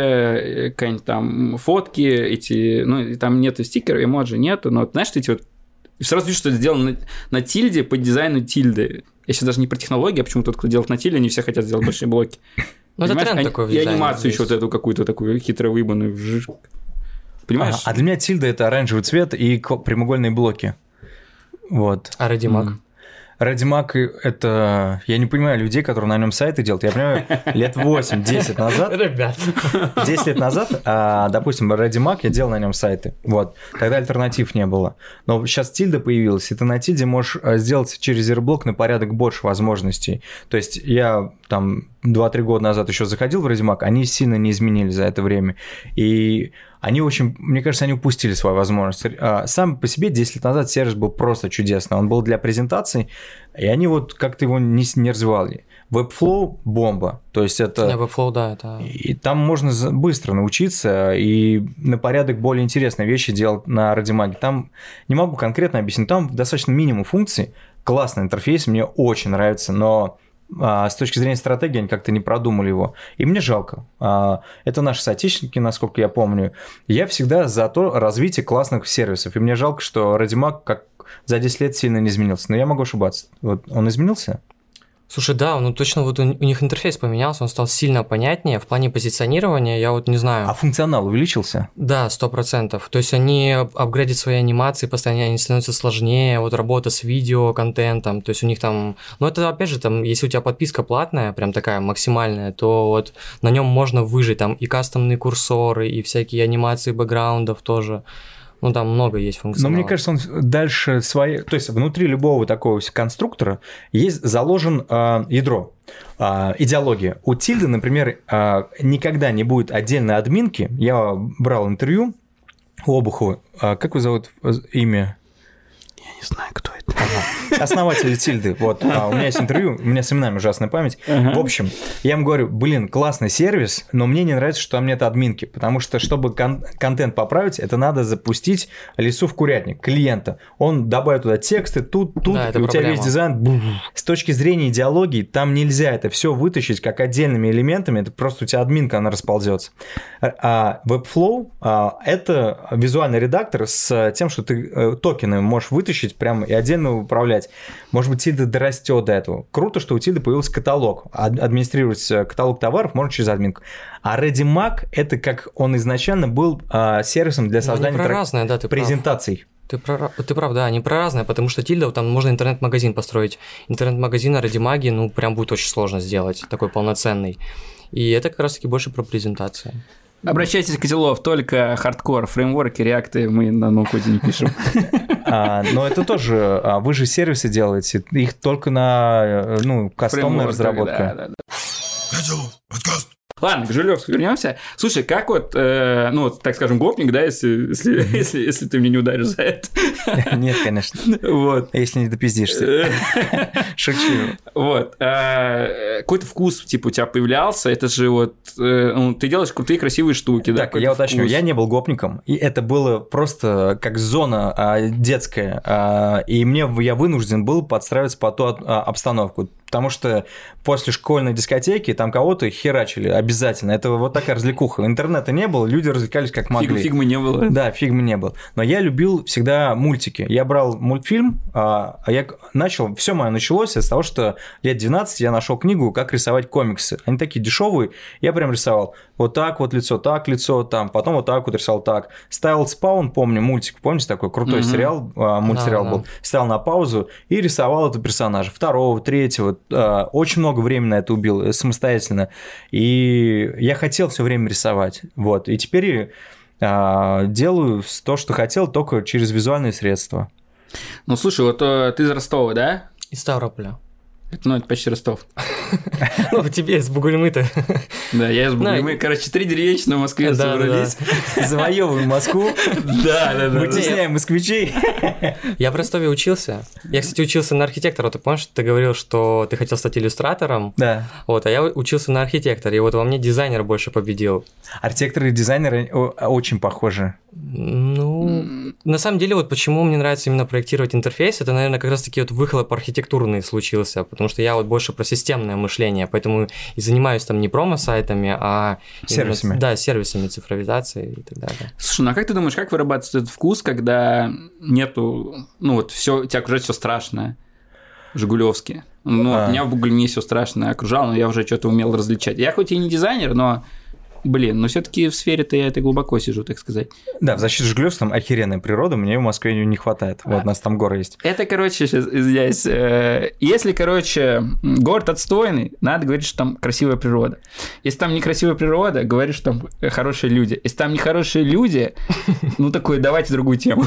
э, какие-нибудь там фотки, эти, ну, и там нету стикеров, эмоджи нету, но вот, знаешь, эти вот... И сразу вижу, что это сделано на, на тильде по дизайну тильды. Я сейчас даже не про технологии, а почему тот, кто делает на тильде, они все хотят сделать большие блоки. Ну, это Понимаешь? тренд Они- такой в И дизайне анимацию есть. еще вот эту какую-то такую хитро выебанную. вжж. Понимаешь? А, а для меня тильда – это оранжевый цвет и к- прямоугольные блоки. Вот. А Радимаг? Мгм. Радимаг – это… Я не понимаю людей, которые на нем сайты делают. Я понимаю, лет восемь-десять назад, Ребят. десять лет назад, а, допустим, Радимаг, я делал на нем сайты. Вот. Тогда альтернатив не было. Но сейчас тильда появилась, и ты на тильде можешь а, сделать через зероблок на порядок больше возможностей. То есть я там два-три года назад еще заходил в Радимаг, они сильно не изменились за это время. И они очень, мне кажется, они упустили свою возможность. А, Сам по себе десять лет назад сервис был просто чудесный. Он был для презентаций, и они вот как-то его не, не развивали. Webflow – бомба. То есть это… Не, Webflow, да, это… И там можно за- быстро научиться и на порядок более интересные вещи делать на Радимаге. Там не могу конкретно объяснить, там достаточно минимум функций, классный интерфейс, мне очень нравится, но а, с точки зрения стратегии они как-то не продумали его. И мне жалко. А, это наши соотечественники, насколько я помню. Я всегда за то развитие классных сервисов. И мне жалко, что Радимаг как за десять лет сильно не изменился. Но я могу ошибаться. Вот он изменился? Слушай, да, ну точно вот у, у них интерфейс поменялся, он стал сильно понятнее. В плане позиционирования я вот не знаю. А функционал увеличился? Да, сто процентов. То есть они апгрейдят свои анимации, постоянно они становятся сложнее, вот работа с видео, контентом, то есть у них там... Ну это опять же, там, если у тебя подписка платная, прям такая максимальная, то вот на нем можно выжить там и кастомные курсоры, и всякие анимации бэкграундов тоже. Ну, там много есть Но функционала. мне кажется, он дальше свои... То есть внутри любого такого конструктора есть заложен э, ядро, э, идеология. У тильды, например, э, никогда не будет отдельной админки. Я брал интервью у Обухова. Э, как его зовут имя? Я не знаю, кто это. Основатель тильды. Вот, а, у меня есть интервью, у меня с именами ужасная память. Ага. В общем, я ему говорю, блин, классный сервис, но мне не нравится, что там нет админки, потому что, чтобы кон- контент поправить, это надо запустить лесу в курятник клиента. Он добавит туда тексты, тут, тут, Да, и это у тебя проблема. весь дизайн. Бух. С точки зрения идеологии, там нельзя это все вытащить как отдельными элементами, это просто у тебя админка, она расползется. А Webflow а, это визуальный редактор с тем, что ты э, токены можешь вытащить прямо и отдельно управлять. Может быть, Тильда дорастет до этого. Круто, что у Тильды появился каталог. Администрировать каталог товаров можно через админку. А ReadyMag – это как он изначально был а, сервисом для создания трак... разное, да, презентаций. Ты, прав... ты прав, да, они про разные, потому что Тильда, там можно интернет-магазин построить. Интернет-магазин на ReadyMag, ну, прям будет очень сложно сделать, такой полноценный. И это как раз-таки больше про презентацию. Обращайтесь, Котелов, только хардкор, фреймворки, реакты мы на ноу-коде не пишем. А, но это тоже, а вы же сервисы делаете, их только на, ну, кастомная разработка. Да, да, да. Ладно, к Жильевску вернемся. Слушай, как вот, э, ну, вот, так скажем, гопник, да, если, если, если, если ты меня не ударишь за это? Нет, конечно. Вот. Если не допиздишься. Шучу. Вот. Какой-то вкус, типа, у тебя появлялся, это же вот, ну, ты делаешь крутые, красивые штуки, да? Так, я уточню, я не был гопником, и это было просто как зона детская, и мне, я вынужден был подстраиваться под ту обстановку. Потому что после школьной дискотеки там кого-то херачили обязательно. Это вот такая развлекуха. Интернета не было, люди развлекались как могли. Фиг, фигмы не было. Да, фигмы не было. Но я любил всегда мультики. Я брал мультфильм, а я начал... Все мое началось с того, что лет двенадцать я нашел книгу «Как рисовать комиксы». Они такие дешевые. Я прям рисовал вот так вот лицо, так лицо, там, потом вот так вот рисовал так. Ставил спаун, помню, мультик, помните, такой крутой угу. сериал, мультсериал да, был. Да. Ставил на паузу и рисовал этого персонажа. Второго, третьего. Очень много времени на это убил самостоятельно. И я хотел все время рисовать. Вот. И теперь а, делаю то, что хотел, только через визуальные средства. Ну, слушай, вот ты из Ростова, да? Из Ставрополя. Ну, это почти Ростов. Ну, тебе из Бугульмы-то. Да, я из Бугульмы. Короче, три деревенщины в Москве собрались. Завоевываем Москву. Да, да, да. Вытесняем москвичей. Я в Ростове учился. Я, кстати, учился на архитектора. Ты помнишь, ты говорил, что ты хотел стать иллюстратором? Да. Вот, а я учился на архитектора, и вот во мне дизайнер больше победил. Архитекторы и дизайнеры очень похожи. Ну, на самом деле, вот почему мне нравится именно проектировать интерфейс, это, наверное, как раз-таки вот выхлоп архитектурный случился, потому что я вот больше про системное мышление, поэтому и занимаюсь там не промо-сайтами, а... Сервисами. Именно, да, сервисами цифровизации и так далее. Слушай, ну а как ты думаешь, как вырабатывается этот вкус, когда нету, ну вот все, тебя окружает все страшное, Жигулевские. Ну, а. Меня в Бугульме все страшное окружало, но я уже что-то умел различать. Я хоть и не дизайнер, но... Блин, но все-таки в сфере-то я это глубоко сижу, так сказать. Да, в защиту Жигулевск там охеренная природа, мне в Москве ее не хватает. А. Вот у нас там горы есть. Это, короче, сейчас, извиняюсь, э, если, короче, город отстойный, надо говорить, что там красивая природа. Если там некрасивая природа, говори, что там хорошие люди. Если там нехорошие люди, ну такой, давайте другую тему.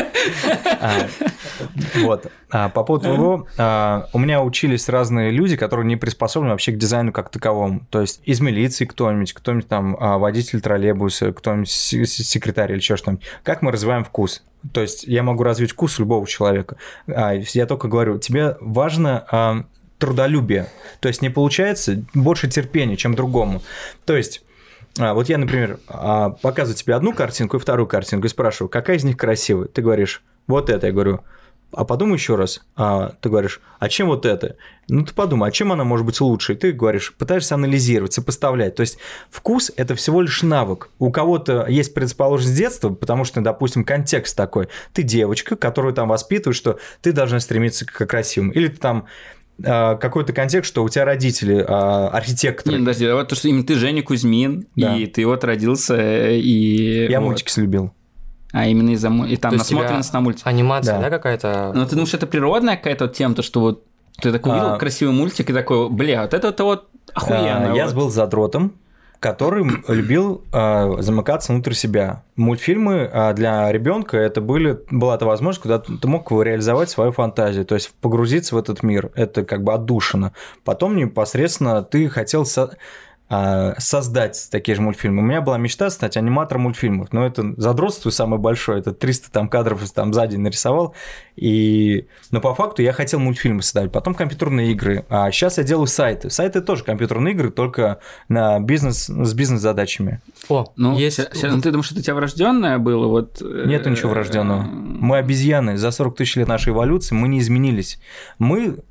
Вот. А по поводу твоего, а, у меня учились разные люди, которые не приспособлены вообще к дизайну как таковому. То есть из милиции кто-нибудь, кто-нибудь там водитель троллейбуса, кто-нибудь секретарь или еще что-нибудь. Как мы развиваем вкус? То есть я могу развить вкус любого человека. А, я только говорю, тебе важно... А, трудолюбие. То есть не получается больше терпения, чем другому. То есть вот я, например, показываю тебе одну картинку и вторую картинку и спрашиваю, какая из них красивая? Ты говоришь, вот это. Я говорю, а подумай еще раз. А ты говоришь, а чем вот это? Ну, ты подумай, а чем она может быть лучше? И ты говоришь, пытаешься анализировать, сопоставлять. То есть вкус – это всего лишь навык. У кого-то есть предрасположенность с детства, потому что, допустим, контекст такой. Ты девочка, которую там воспитывают, что ты должна стремиться к красивым. Или ты там... какой-то контекст, что у тебя родители архитекторы. Нет, подожди, вот то, что именно ты Женя Кузьмин, да. И ты вот родился, и... Я вот. Мультики слюбил. А именно из-за... И там насмотренность на мультик. Анимация, да, да какая-то? Ну, ты думаешь, это природная какая-то вот тема, то, что вот ты такой увидел а... красивый мультик и такой, бля, вот это вот охуенно. А, я вот. был задротом, который любил э, замыкаться внутрь себя. Мультфильмы э, для ребенка это были, была та возможность, когда ты мог реализовать свою фантазию, то есть погрузиться в этот мир. Это как бы отдушина. Потом непосредственно ты хотел со- э, создать такие же мультфильмы. У меня была мечта стать аниматором мультфильмов, но это задротство самое большое, это триста там, кадров там, за день нарисовал. И... Но по факту я хотел мультфильмы создавать, потом компьютерные игры, а сейчас я делаю сайты. Сайты тоже компьютерные игры, только на бизнес, с бизнес-задачами. О, ну, есть... Ну, ты думаешь, что это у тебя врожденное было? Вот... Нету ничего врожденного. Мы обезьяны, за сорок тысяч лет нашей эволюции мы не изменились. Мы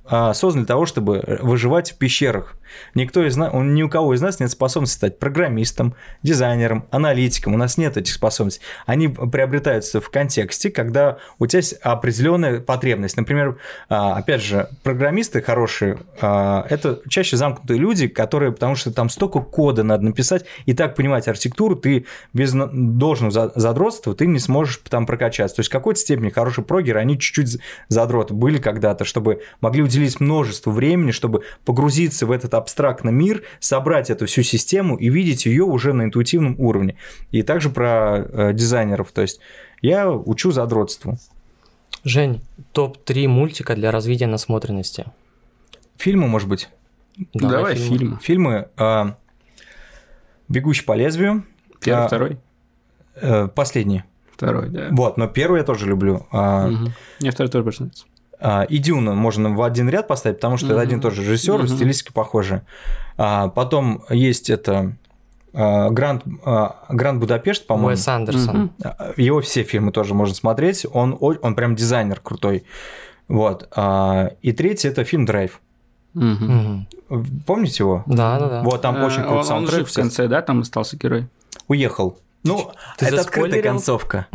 а, создан для того, чтобы выживать в пещерах. Никто из нас, ни у кого из нас нет способности стать программистом, дизайнером, аналитиком. У нас нет этих способностей. Они приобретаются в контексте, когда у тебя есть определенная потребность. Например, опять же, программисты хорошие – это чаще замкнутые люди, которые, потому что там столько кода надо написать, и так понимать архитектуру, ты без должного задротства ты не сможешь там прокачаться. То есть в какой-то степени хорошие прогеры, они чуть-чуть задроты были когда-то, чтобы могли уделить множество времени, чтобы погрузиться в этот абстрактный мир, собрать эту всю систему и видеть ее уже на интуитивном уровне. И также про э, дизайнеров. То есть я учу задротству. Жень, топ три мультика для развития насмотренности. Фильмы, может быть? Да, давай фильмы. Фильмы. Фильмы э, «Бегущий по лезвию». Первый, э, второй? Э, последний. Второй, да. Вот, но первый я тоже люблю. Э, угу. Мне второй тоже больше нравится. И Дюну можно в один ряд поставить, потому что mm-hmm. это один тоже режиссер, mm-hmm. стилистика похожая. А, потом есть это а, Гранд, а, Гранд Будапешт, по-моему. Уэс Андерсон. Mm-hmm. Его все фильмы тоже можно смотреть. Он, он прям дизайнер крутой. Вот. А, и третий – это фильм «Драйв». Mm-hmm. Помните его? Да, да, да. Вот там а, очень крутой саундтрек. Он жив в конце, да? Там остался герой. Уехал. Ну, Ты это открытая концовка.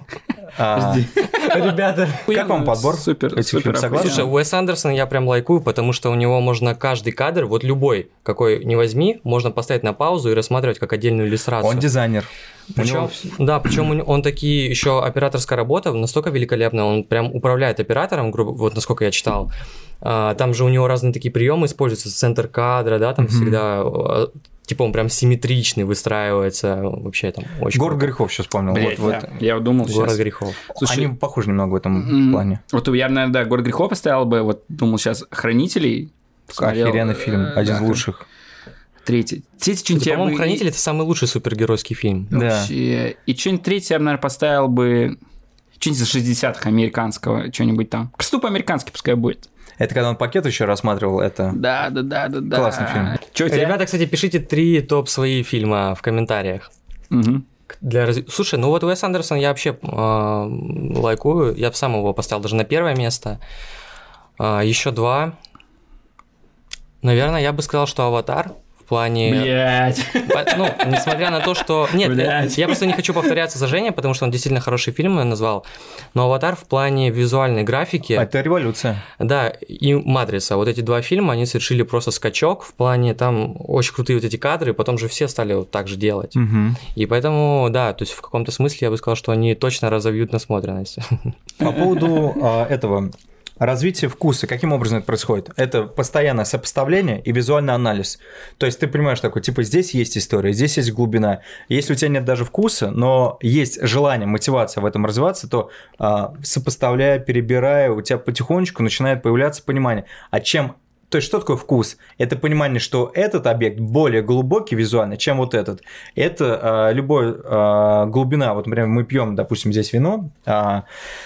Ребята, как вам подбор? Супер, супер. Слушай, Уэс Андерсон я прям лайкую, потому что у него можно каждый кадр, вот любой, какой не возьми, можно поставить на паузу и рассматривать как отдельную иллюстрацию. Он дизайнер. Причем, да, причем он такие еще операторская работа настолько великолепная, он прям управляет оператором, грубо, вот насколько я читал. Там же у него разные такие приемы используются, центр кадра, да, там всегда. Типа он прям симметричный выстраивается, вообще там очень «Город круто. грехов» сейчас вспомнил. Блядь, вот, да. вот. Я думал «Город сейчас. грехов». Слушай, они похожи немного в этом м- плане. Вот я, наверное, да, «Город грехов» поставил бы, вот думал сейчас «Хранителей». Смотрел, охеренный фильм, э, один да, из лучших. Третий. Третий что-нибудь я По-моему, бы- «Хранители» — это самый лучший супергеройский фильм. Да. Вообще. И что-нибудь третье я бы, наверное, поставил бы... Что-нибудь из шестидесятых американского, что-нибудь там. Кресту по-американски пускай будет. Это когда он пакет еще рассматривал, это... Да, да, да, да, да. Классный фильм. Чё у тебя? Ребята, кстати, пишите три топ свои фильма в комментариях. Мгм. Для раз... Слушай, ну вот Уэс Андерсон я вообще э, лайкую, я бы сам его поставил даже на первое место. Э, еще два. Наверное, я бы сказал, что «Аватар». В плане... Блять. Ну, несмотря на то, что... Нет, Блядь. я просто не хочу повторяться за Женей, потому что он действительно хороший фильм назвал. Но «Аватар» в плане визуальной графики... Это революция. Да, и «Матрица». Вот эти два фильма, они совершили просто скачок в плане, там очень крутые вот эти кадры, потом же все стали вот так же делать. Угу. И поэтому, да, то есть в каком-то смысле я бы сказал, что они точно разовьют насмотренность. По поводу а, этого... Развитие вкуса, каким образом это происходит? Это постоянное сопоставление и визуальный анализ. То есть ты понимаешь такой, типа, здесь есть история, здесь есть глубина. Если у тебя нет даже вкуса, но есть желание, мотивация в этом развиваться, то а, сопоставляя, перебирая, у тебя потихонечку начинает появляться понимание, а чем... То есть что такое вкус? Это понимание, что этот объект более глубокий визуально, чем вот этот. Это а, любая а, глубина. Вот, например, мы пьем, допустим, здесь вино, а,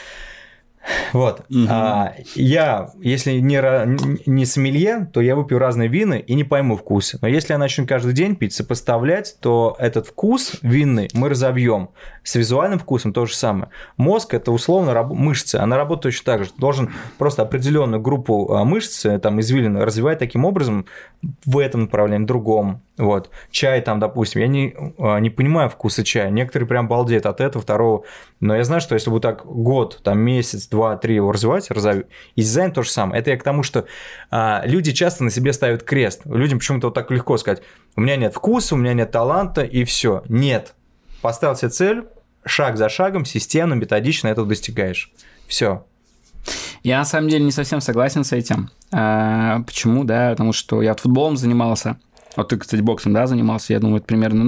вот. Угу. А, я, если не, не сомелье, то я выпью разные вина и не пойму вкуса. Но если я начну каждый день пить, сопоставлять, то этот вкус винный мы разовьем. С визуальным вкусом то же самое. Мозг – это условно раб- мышцы, она работает точно так же. Ты должен просто определенную группу мышц, там, извилин, развивать таким образом в этом направлении, в другом. Вот. Чай там, допустим, я не, не понимаю вкуса чая. Некоторые прям балдеют от этого, второго. Но я знаю, что если бы так год, там, месяц, два, три его развивать, разов... и дизайн то же самое. Это я к тому, что а, люди часто на себе ставят крест. Людям почему-то вот так легко сказать: у меня нет вкуса, у меня нет таланта, и все. Нет. Поставил себе цель, шаг за шагом, системно, методично этого достигаешь. Все. Я на самом деле не совсем согласен с этим. А, почему, да? Потому что я вот футболом занимался. Вот ты, кстати, боксом, да, занимался, я думаю, это примерно,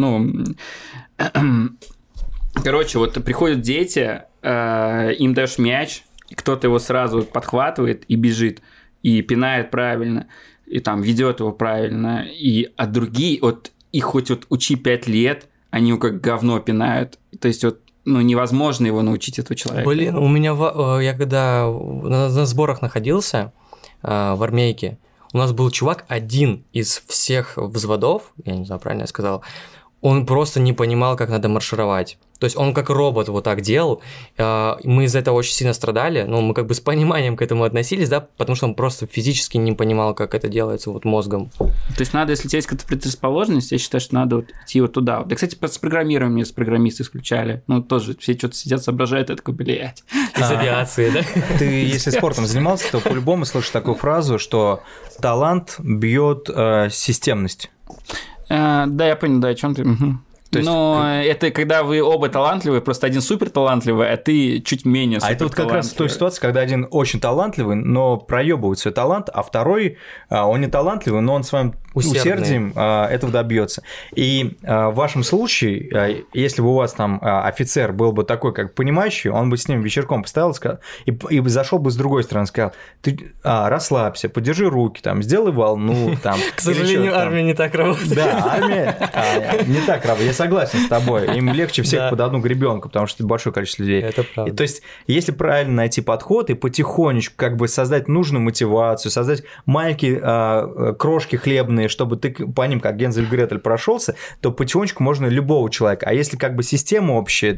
ну... Короче, вот приходят дети, э, им даешь мяч, и кто-то его сразу подхватывает и бежит, и пинает правильно, и там ведет его правильно, и, а другие, вот их хоть вот учи пять лет, они его как говно пинают, то есть вот, ну, невозможно его научить, этого человека. Блин, у меня, в... я когда на, на сборах находился э, в армейке, у нас был чувак один из всех взводов, я не знаю, правильно я сказал, он просто не понимал, как надо маршировать. То есть он как робот вот так делал, мы из-за этого очень сильно страдали, но мы как бы с пониманием к этому относились, да, потому что он просто физически не понимал, как это делается вот мозгом. То есть надо, если у тебя есть какая-то предрасположенность, я считаю, что надо вот идти вот туда. Да, кстати, с программированием с программисты исключали, ну тоже все что-то сидят, соображают, это такой, блядь. Из авиации, да? Ты, если спортом занимался, то по-любому слышишь такую фразу, что талант бьет э, системность. А, да, я понял, да, о чем ты. Угу. Есть, но как... это когда вы оба талантливые, просто один супер талантливый, а ты чуть менее супер. А это вот как раз той ситуация, когда один очень талантливый, но проебывает свой талант, а второй, он не талантливый, но он своим Усердный. усердием этого добьется. И в вашем случае, если бы у вас там офицер был бы такой, как понимающий, он бы с ним вечерком поставил и, и зашел бы с другой стороны, сказал: ты а, расслабься, подержи руки, там, сделай волну. Там, К сожалению, армия не так работает. Да, армия не так работает. Согласен с тобой. Им легче всех да. под одну гребенку, потому что это большое количество людей. Это правда. И, то есть, если правильно найти подход и потихонечку как бы создать нужную мотивацию, создать маленькие э, крошки хлебные, чтобы ты по ним, как Гензель и Гретель, прошелся, то потихонечку можно любого человека. А если как бы система общая,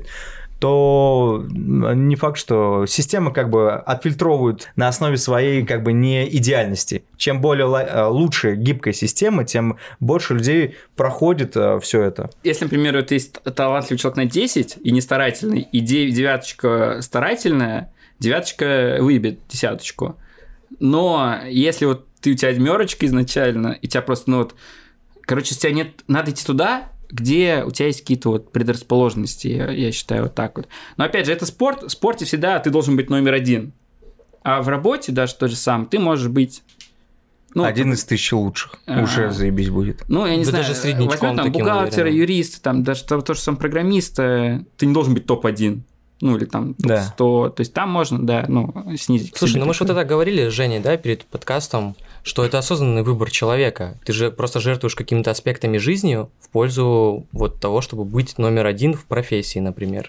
то не факт, что система как бы отфильтровывает на основе своей как бы не идеальности. Чем более лучше гибкая система, тем больше людей проходит все это. Если, например, вот есть талантливый человек на десять и не старательный, и девяточка старательная, девяточка выбьет десяточку. Но если вот ты у тебя одмерочка изначально, и тебя просто, ну вот, короче, у тебя нет, надо идти туда, где у тебя есть какие-то вот предрасположенности, я, я считаю, вот так вот. Но опять же, это спорт, в спорте всегда ты должен быть номер один. А в работе даже то же самое, ты можешь быть... Ну, один из тысячи лучших, а, уже заебись будет. Ну, я не да знаю, даже среднячком возьмем там бухгалтера, уверенным. юриста, там даже то, то же самое программиста, ты не должен быть топ один. Ну, или там топ сто, да. То есть там можно, да, ну, снизить. Слушай, ну мы же вот тогда говорили с Женей, да, перед подкастом, что это осознанный выбор человека. Ты же просто жертвуешь какими-то аспектами жизни в пользу вот того, чтобы быть номер один в профессии, например.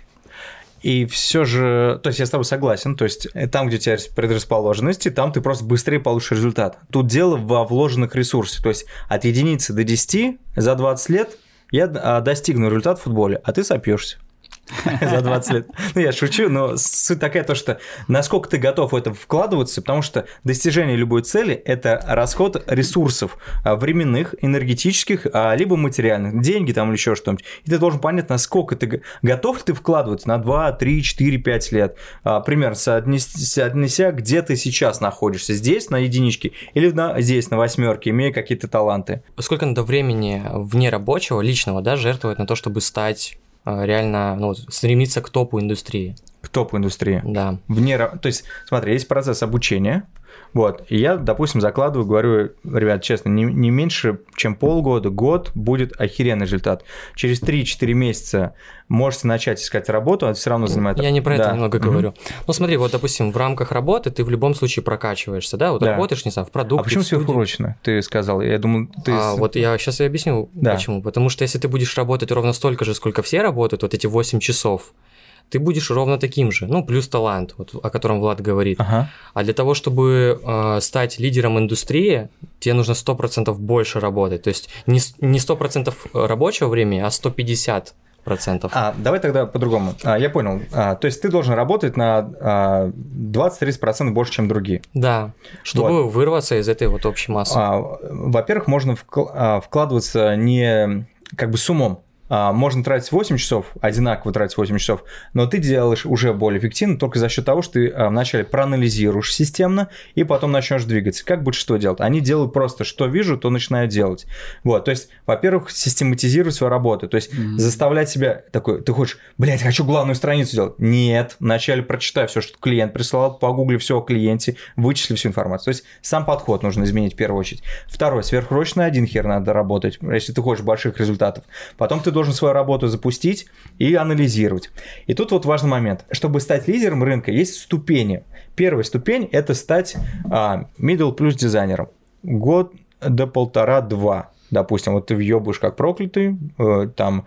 И все же, то есть я с тобой согласен, то есть там, где у тебя есть предрасположенности, там ты просто быстрее получишь результат. Тут дело во вложенных ресурсах, то есть от единицы до десяти за двадцать лет я достигну результата в футболе, а ты сопьешься. За двадцать лет. Ну, я шучу, но суть такая, то, что насколько ты готов в это вкладываться, потому что достижение любой цели – это расход ресурсов временных, энергетических, либо материальных, деньги там или еще что-нибудь. И ты должен понять, насколько ты готов ли ты вкладываться на два, три, четыре, пять лет. Примерно соотнеся, где ты сейчас находишься, здесь на единичке или на, здесь на восьмерке, имея какие-то таланты. Сколько надо времени вне рабочего, личного, да, жертвовать на то, чтобы стать реально, ну, стремиться к топу индустрии. К топу индустрии. Да. Вне, то есть, смотри, есть процесс обучения, вот, и я, допустим, закладываю, говорю: ребят, честно, не, не меньше, чем полгода, год будет охеренный результат. Через три-четыре месяца можете начать искать работу, а все равно занимает... Я не про да. это немного mm-hmm. говорю. Ну, смотри, вот, допустим, в рамках работы ты в любом случае прокачиваешься, да? Вот да. работаешь, не знаю, в продукте. А почему сверхурочно, ты сказал? Я думаю, ты... А, вот я сейчас и объясню, да. почему. Потому что если ты будешь работать ровно столько же, сколько все работают, вот эти восемь часов, ты будешь ровно таким же, ну, плюс талант, вот, о котором Влад говорит. Ага. А для того, чтобы э, стать лидером индустрии, тебе нужно сто процентов больше работать. То есть не, не сто процентов рабочего времени, а сто пятьдесят процентов. А, давай тогда по-другому. А, я понял. А, то есть ты должен работать на а, двадцать-тридцать процентов больше, чем другие. Да, чтобы вот. вырваться из этой вот общей массы. А, во-первых, можно вкладываться не как бы с умом. Можно тратить восемь часов, одинаково тратить восемь часов, но ты делаешь уже более эффективно только за счет того, что ты вначале проанализируешь системно и потом начнешь двигаться. Как будешь что делать? Они делают просто, что вижу, то начинаю делать. Вот, то есть, во-первых, систематизировать свою работу, то есть mm-hmm. заставлять себя такой, ты хочешь, блядь, хочу главную страницу делать. Нет, вначале прочитай все, что клиент прислал, погугли все о клиенте, вычисли всю информацию. То есть сам подход нужно изменить в первую очередь. Второе, сверхурочно один хер надо работать, если ты хочешь больших результатов. Потом ты должен должен свою работу запустить и анализировать. И тут вот важный момент. Чтобы стать лидером рынка, есть ступени. Первая ступень – это стать а, middle плюс дизайнером. Год до полтора-два. Допустим, вот ты въебываешь как проклятый, э, там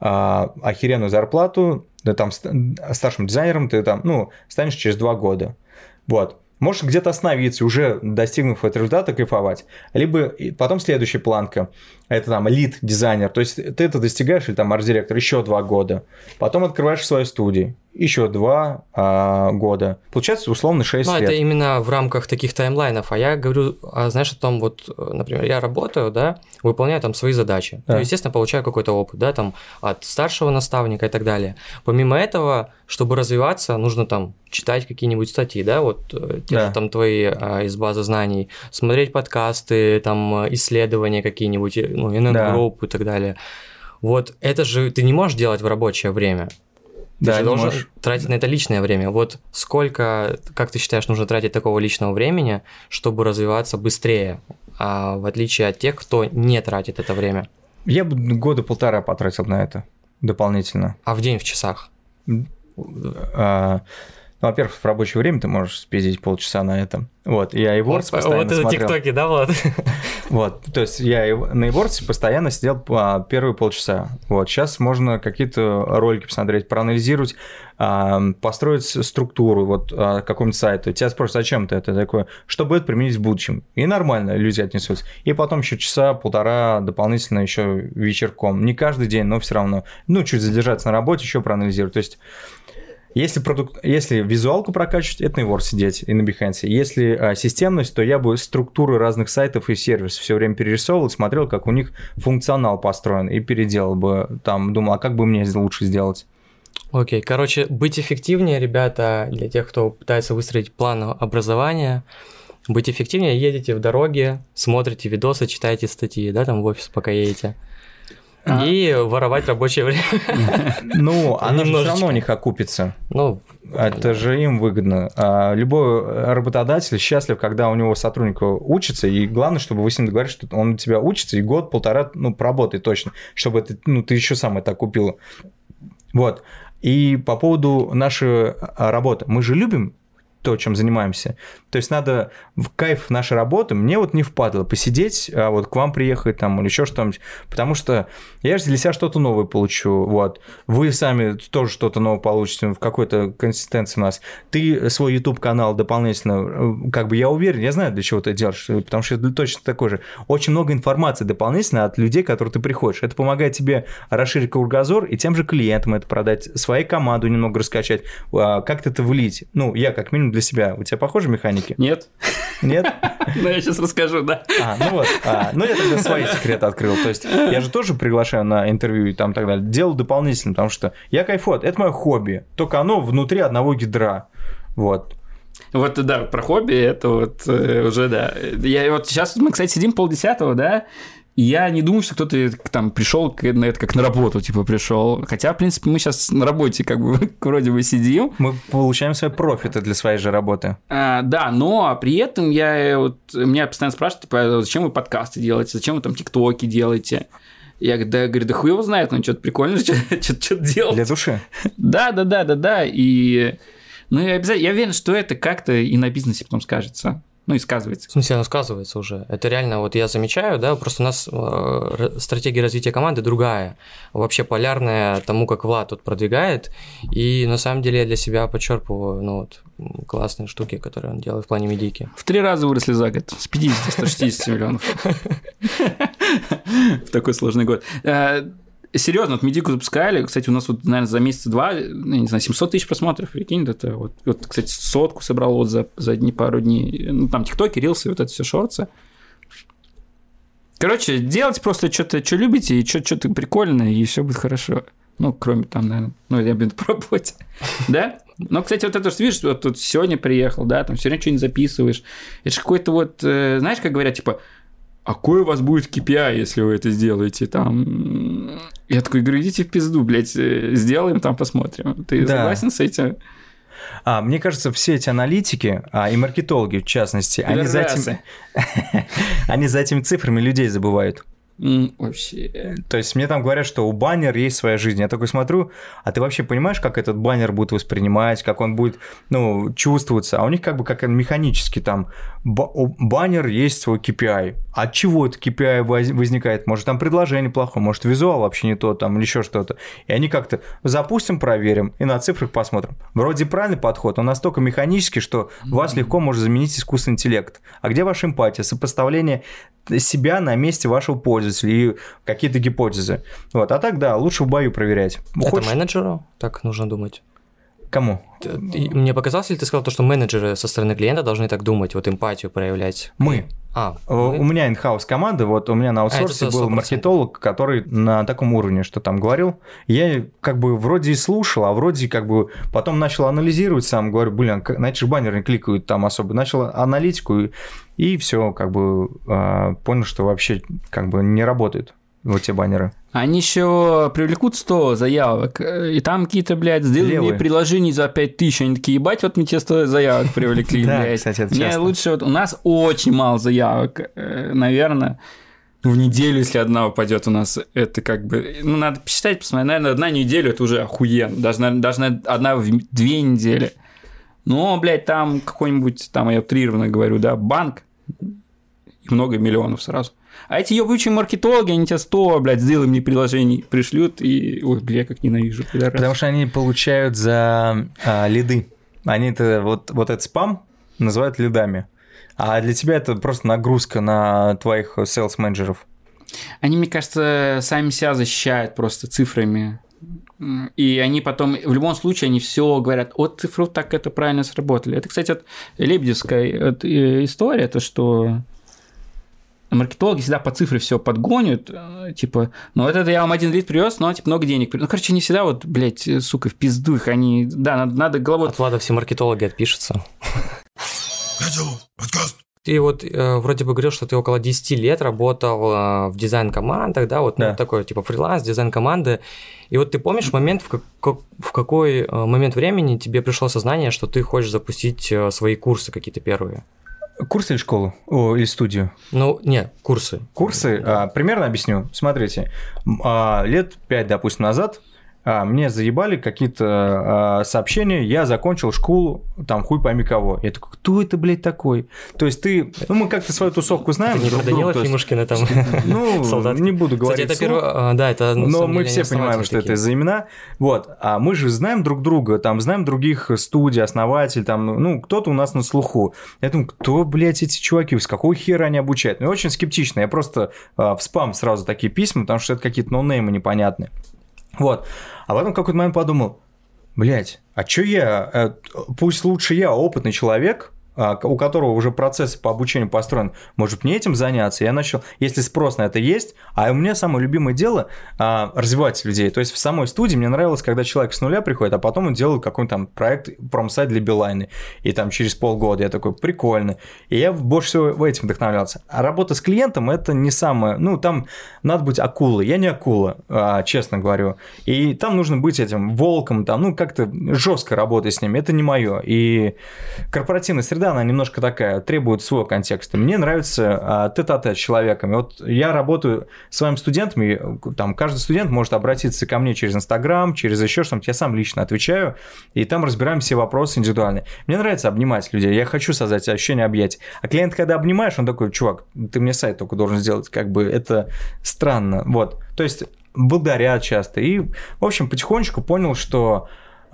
а, охеренную зарплату, да там старшим дизайнером ты там, ну, станешь через два года. Вот. Можешь где-то остановиться, уже достигнув этого результата, кайфовать. Либо потом следующая планка. Это там лид-дизайнер. То есть ты это достигаешь, или там арт-директор, еще два года. Потом открываешь свою студию. Еще два а, года. Получается, условно, шесть ну, лет. Это именно в рамках таких таймлайнов. А я говорю, а, знаешь, о том, вот, например, я работаю, да, выполняю там свои задачи. Да. Ну, естественно, получаю какой-то опыт, да, там, от старшего наставника и так далее. Помимо этого, чтобы развиваться, нужно там читать какие-нибудь статьи, да, вот те да. же там твои а, из базы знаний, смотреть подкасты, там, исследования какие-нибудь, ну, эн эн групп да. и так далее. Вот это же ты не можешь делать в рабочее время. Ты да, же должен можешь. тратить на это личное время. Вот сколько, как ты считаешь, нужно тратить такого личного времени, чтобы развиваться быстрее, а в отличие от тех, кто не тратит это время? Я бы года полтора потратил на это дополнительно. А в день в часах? А, ну, во-первых, в рабочее время ты можешь спиздить полчаса на это. Вот, я и Words постоянно Вот это смотрел. тиктоки, да, Влад? Вот, то есть я и на Words постоянно сидел первые полчаса. Вот, сейчас можно какие-то ролики посмотреть, проанализировать, построить структуру вот какому-нибудь сайту. Тебя спросят, зачем ты это такое, что будет применить в будущем. И нормально люди отнесутся. И потом еще часа, полтора дополнительно еще вечерком. Не каждый день, но все равно. Ну, чуть задержаться на работе, еще проанализировать. То есть Если, продукт, если визуалку прокачивать, это на Words сидеть и на Behance. Если а, системность, то я бы структуры разных сайтов и сервисов все время перерисовывал, смотрел, как у них функционал построен, и переделал бы. Там думал, а как бы мне лучше сделать. Окей, okay. Короче, быть эффективнее, ребята, для тех, кто пытается выстроить план образования, быть эффективнее, едете в дороге, смотрите видосы, читаете статьи, да, там в офис пока едете. И а... воровать рабочее время. Ну, оно же все равно у них окупится. Ну, это же им выгодно. Любой работодатель счастлив, когда у него сотрудник учится, и главное, чтобы вы с ним договорились, что он у тебя учится, и год-полтора, ну, поработает точно, чтобы ты, ну, ты еще сам это окупил. Вот. И по поводу нашей работы. Мы же любим то, чем занимаемся. То есть надо в кайф нашей работы. Мне вот не впадло посидеть, а вот к вам приехать там или еще что-нибудь, потому что я же для себя что-то новое получу. Вот. Вы сами тоже что-то новое получите в какой-то консистенции у нас. Ты свой YouTube-канал дополнительно, как бы я уверен, я знаю, для чего ты делаешь, потому что это точно такой же. Очень много информации дополнительно от людей, к которым ты приходишь. Это помогает тебе расширить кругозор и тем же клиентам это продать, своей команду немного раскачать, как-то это влить. Ну, я как минимум для себя. У тебя похожи механики? Нет. Нет? Ну, я сейчас расскажу, да. А, ну вот. А, ну, я тогда свои секреты открыл. То есть, я же тоже приглашаю на интервью и там так далее. Делаю дополнительно, потому что я кайфую. Это мое хобби. Только оно внутри одного ядра. Вот. Вот, да, про хобби это вот э, уже, да. Я вот сейчас мы, кстати, сидим полдесятого, да, и я не думаю, что кто-то там пришел на это как на работу, типа, пришел. Хотя, в принципе, мы сейчас на работе как бы вроде бы сидим. Мы получаем свои профиты для своей же работы. А, да, но при этом я вот, меня постоянно спрашивают, типа, зачем вы подкасты делаете, зачем вы там тиктоки делаете? Я говорю, да, говорю, да хуй его знает, ну что-то прикольно, что-то делать. Для души. Да, да, да, да, да, и... Ну, я обязательно, я уверен, что это как-то и на бизнесе потом скажется. Ну, и сказывается. В смысле, оно сказывается уже. Это реально, вот я замечаю, да, просто у нас э, стратегия развития команды другая, вообще полярная тому, как Влад тут продвигает, и на самом деле я для себя подчерпываю, ну, вот, классные штуки, которые он делает в плане медийки. В три раза выросли за год, с пятидесяти до ста шестидесяти миллионов. В такой сложный год. Серьезно, вот медийку запускали, кстати, у нас вот, наверное, за месяца-два, я не знаю, семьсот тысяч просмотров, прикинь, это вот, вот, кстати, сотку собрал вот за, за дни, пару дней, ну, там, тиктоки, рилсы, вот это все шорты. Короче, делайте просто что-то, что любите, и что-то прикольное, и все будет хорошо. Ну, кроме там, наверное, ну, я буду пробовать, да? Но, кстати, вот это же, видишь, вот тут сегодня приехал, да, там все время что-нибудь записываешь, это же какой-то вот, знаешь, как говорят, типа, а какой у вас будет кей пи ай, если вы это сделаете? Там... Я такой говорю, идите в пизду, блядь, сделаем, там посмотрим. Ты да. согласен с этим? А, мне кажется, все эти аналитики, а, и маркетологи, в частности, они за, этим... они за этими цифрами людей забывают. Mm, вообще. То есть мне там говорят, что у баннера есть своя жизнь. Я такой смотрю, а ты вообще понимаешь, как этот баннер будет воспринимать, как он будет, ну, чувствоваться? А у них как бы как механически там у баннер есть свой кей пи ай. От чего это кей пи ай возникает? Может, там предложение плохое, может, визуал вообще не то, там, или еще что-то. И они как-то запустим, проверим и на цифрах посмотрим. Вроде правильный подход, он настолько механический, что mm-hmm. вас легко может заменить искусственный интеллект. А где ваша эмпатия, сопоставление себя на месте вашего пользователя и какие-то гипотезы? Вот. А так, да, лучше в бою проверять. Это Хочешь... менеджеру так нужно думать? Кому? Мне показалось, ли ты сказал то, что менеджеры со стороны клиента должны так думать, вот эмпатию проявлять? Мы. А, мы? У меня in-house команда, вот у меня на аутсорсе а, был маркетолог, который на таком уровне, что там говорил. Я как бы вроде и слушал, а вроде как бы потом начал анализировать сам, говорю, блин, на эти же баннеры не кликают там особо. Начал аналитику и, и все, как бы понял, что вообще как бы не работает. Вот те баннеры. Они еще привлекут сто заявок, и там какие-то, блядь, сделали мне приложение за пять тысяч, они такие, ебать, вот мне те сто заявок привлекли, блядь. Да, кстати, это часто. Мне лучше, вот у нас очень мало заявок, наверное, в неделю, если одна упадет у нас, это как бы, ну, надо посчитать, посмотреть, наверное, одна неделя, это уже охуенно, даже, даже одна в две недели. Но, блядь, там какой-нибудь, там я утрированно говорю, да, банк, и много миллионов сразу. А эти ебучие маркетологи, они тебе сто, блядь, сделай мне приложений, пришлют, и, ой, бля, как ненавижу. Пидорас. Потому что они получают за а, лиды. Они это, вот, вот этот спам называют лидами. А для тебя это просто нагрузка на твоих селс-менеджеров. Они, мне кажется, сами себя защищают просто цифрами. И они потом, в любом случае, они все говорят, от цифров так это правильно сработали. Это, кстати, от лебедевская история, то, что... Маркетологи всегда по цифре все подгонят, типа, ну, вот это я вам один лид привез, но, типа, много денег. Ну, короче, не всегда вот, блядь, сука, в пизду их, они, да, надо, надо головой... От Влада все маркетологи отпишутся. Ты вот э, вроде бы говорил, что ты около десять лет работал э, в дизайн-командах, да, вот да. Ну, такой, типа, фриланс, дизайн-команды. И вот ты помнишь момент, в, как, в какой э, момент времени тебе пришло сознание, что ты хочешь запустить э, свои курсы какие-то первые? Курсы или школу? О, или студию? Ну, нет, курсы. Курсы? Да. А, примерно объясню. Смотрите, а, лет пять, допустим, назад а, мне заебали какие-то а, сообщения, я закончил школу, там, хуй пойми кого. Я такой, кто это, блядь, такой? То есть ты... Ну, мы как-то свою тусовку знаем. Это не про Данила Фимушкина там, ну, солдат. Не буду говорить. Кстати, это первое... Да, это... Но мы все понимаем, что это за имена. Вот. А мы же знаем друг друга, там, знаем других студий, основателей, там, ну, кто-то у нас на слуху. Я думаю, кто, блядь, эти чуваки, с какого хера они обучают? Ну, я очень скептично. Я просто а, в спам сразу такие письма, потому что это какие-то ноунеймы непонятные. Вот. А потом в какой-то момент подумал, блядь, а чё я, пусть лучше я, опытный человек, у которого уже процесс по обучению построен, может мне этим заняться? Я начал, если спрос на это есть, а у меня самое любимое дело а, развивать людей. То есть в самой студии мне нравилось, когда человек с нуля приходит, а потом он делает какой-нибудь там проект, промсайт для Билайна, и там через полгода я такой, прикольно. И я больше всего этим вдохновлялся. А работа с клиентом – это не самое, ну, там надо быть акулой. Я не акула, а, честно говорю. И там нужно быть этим волком, там, ну, как-то жестко работать с ними. Это не мое. И корпоративная среда, она немножко такая, требует своего контекста. Мне нравится а, тет-а-тет с человеком. И вот я работаю с своими студентами, там каждый студент может обратиться ко мне через Инстаграм, через еще что-нибудь, я сам лично отвечаю, и там разбираем все вопросы индивидуально. Мне нравится обнимать людей, я хочу создать ощущение объятий. А клиент, когда обнимаешь, он такой, чувак, ты мне сайт только должен сделать, как бы это странно. Вот, то есть благодарят часто. И, в общем, потихонечку понял, что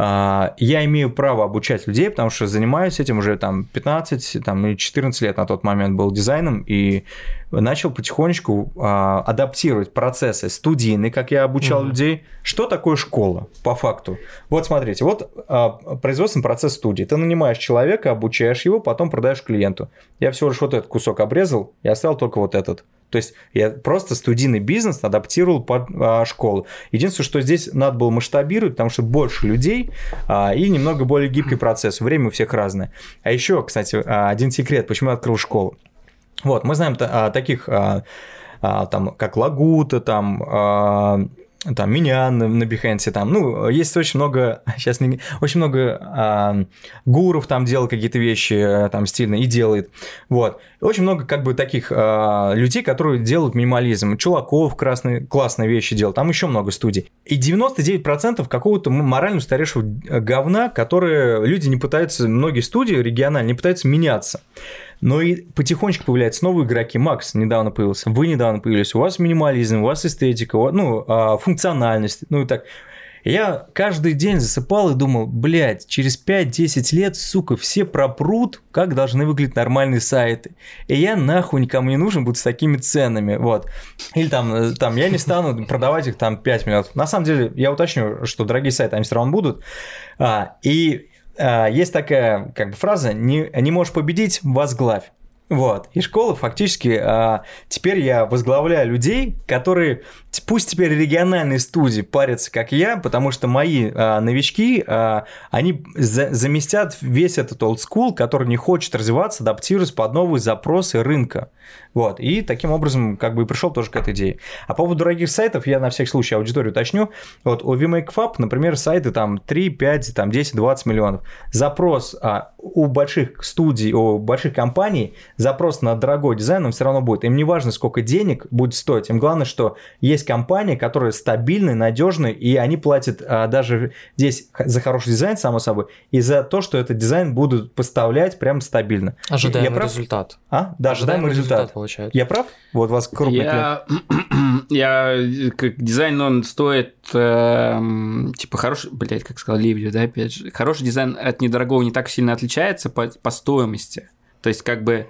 я имею право обучать людей, потому что занимаюсь этим уже там пятнадцать там, и четырнадцать лет на тот момент был дизайном, и начал потихонечку а, адаптировать процессы студийные, как я обучал mm-hmm. людей. Что такое школа, по факту? Вот смотрите, вот а, производственный процесс студии. Ты нанимаешь человека, обучаешь его, потом продаешь клиенту. Я всего лишь вот этот кусок обрезал и оставил только вот этот. То есть я просто студийный бизнес адаптировал под а, школу. Единственное, что здесь надо было масштабировать, потому что больше людей а, и немного более гибкий процесс. Время у всех разное. А еще, кстати, один секрет, почему я открыл школу. Вот, мы знаем а, таких, а, а, там, как Лагута, там, а, там, Миньян на, на Behance, там, ну, есть очень много, сейчас не, очень много а, гуров там делают какие-то вещи там стильные и делает, вот. И очень много как бы таких а, людей, которые делают минимализм. Чулаков красные, классные вещи делают, там еще много студий. И девяносто девять процентов какого-то морально устаревшего говна, которые люди не пытаются, многие студии региональные не пытаются меняться. Но и потихонечку появляются новые игроки. Макс недавно появился, вы недавно появились, у вас минимализм, у вас эстетика, у вас, ну, функциональность, ну и так. Я каждый день засыпал и думал, блядь, через пять-десять лет, сука, все пропрут, как должны выглядеть нормальные сайты. И я нахуй никому не нужен буду с такими ценами, вот. Или там, там я не стану продавать их там пять миллионов. На самом деле, я уточню, что дорогие сайты, они все равно будут. А, и... Есть такая как бы фраза «не, не можешь победить, возглавь». Вот. И школа фактически... Теперь я возглавляю людей, которые... Пусть теперь региональные студии парятся, как я, потому что мои новички, они заместят весь этот old school, который не хочет развиваться, адаптироваться под новые запросы рынка. Вот. И таким образом как бы и пришел тоже к этой идее. А по поводу дорогих сайтов я на всякий случай аудиторию уточню. Вот у VMakeFab, например, сайты там три, пять, там десять, двадцать миллионов. Запрос а, у больших студий, у больших компаний, запрос на дорогой дизайн он все равно будет. Им не важно, сколько денег будет стоить. Им главное, что есть компании, которые стабильны, надежны, и они платят а, даже здесь за хороший дизайн, само собой, и за то, что этот дизайн будут поставлять прям стабильно. Ожидаемый я прав? результат. А? Да, ожидаемый, ожидаемый результат. Получает. Я прав? Вот у вас крупный я... я как дизайн, он стоит э, типа хороший, блядь, как сказал Ливью, да, опять же, хороший дизайн от недорогого не так сильно отличается по, по стоимости. То есть как бы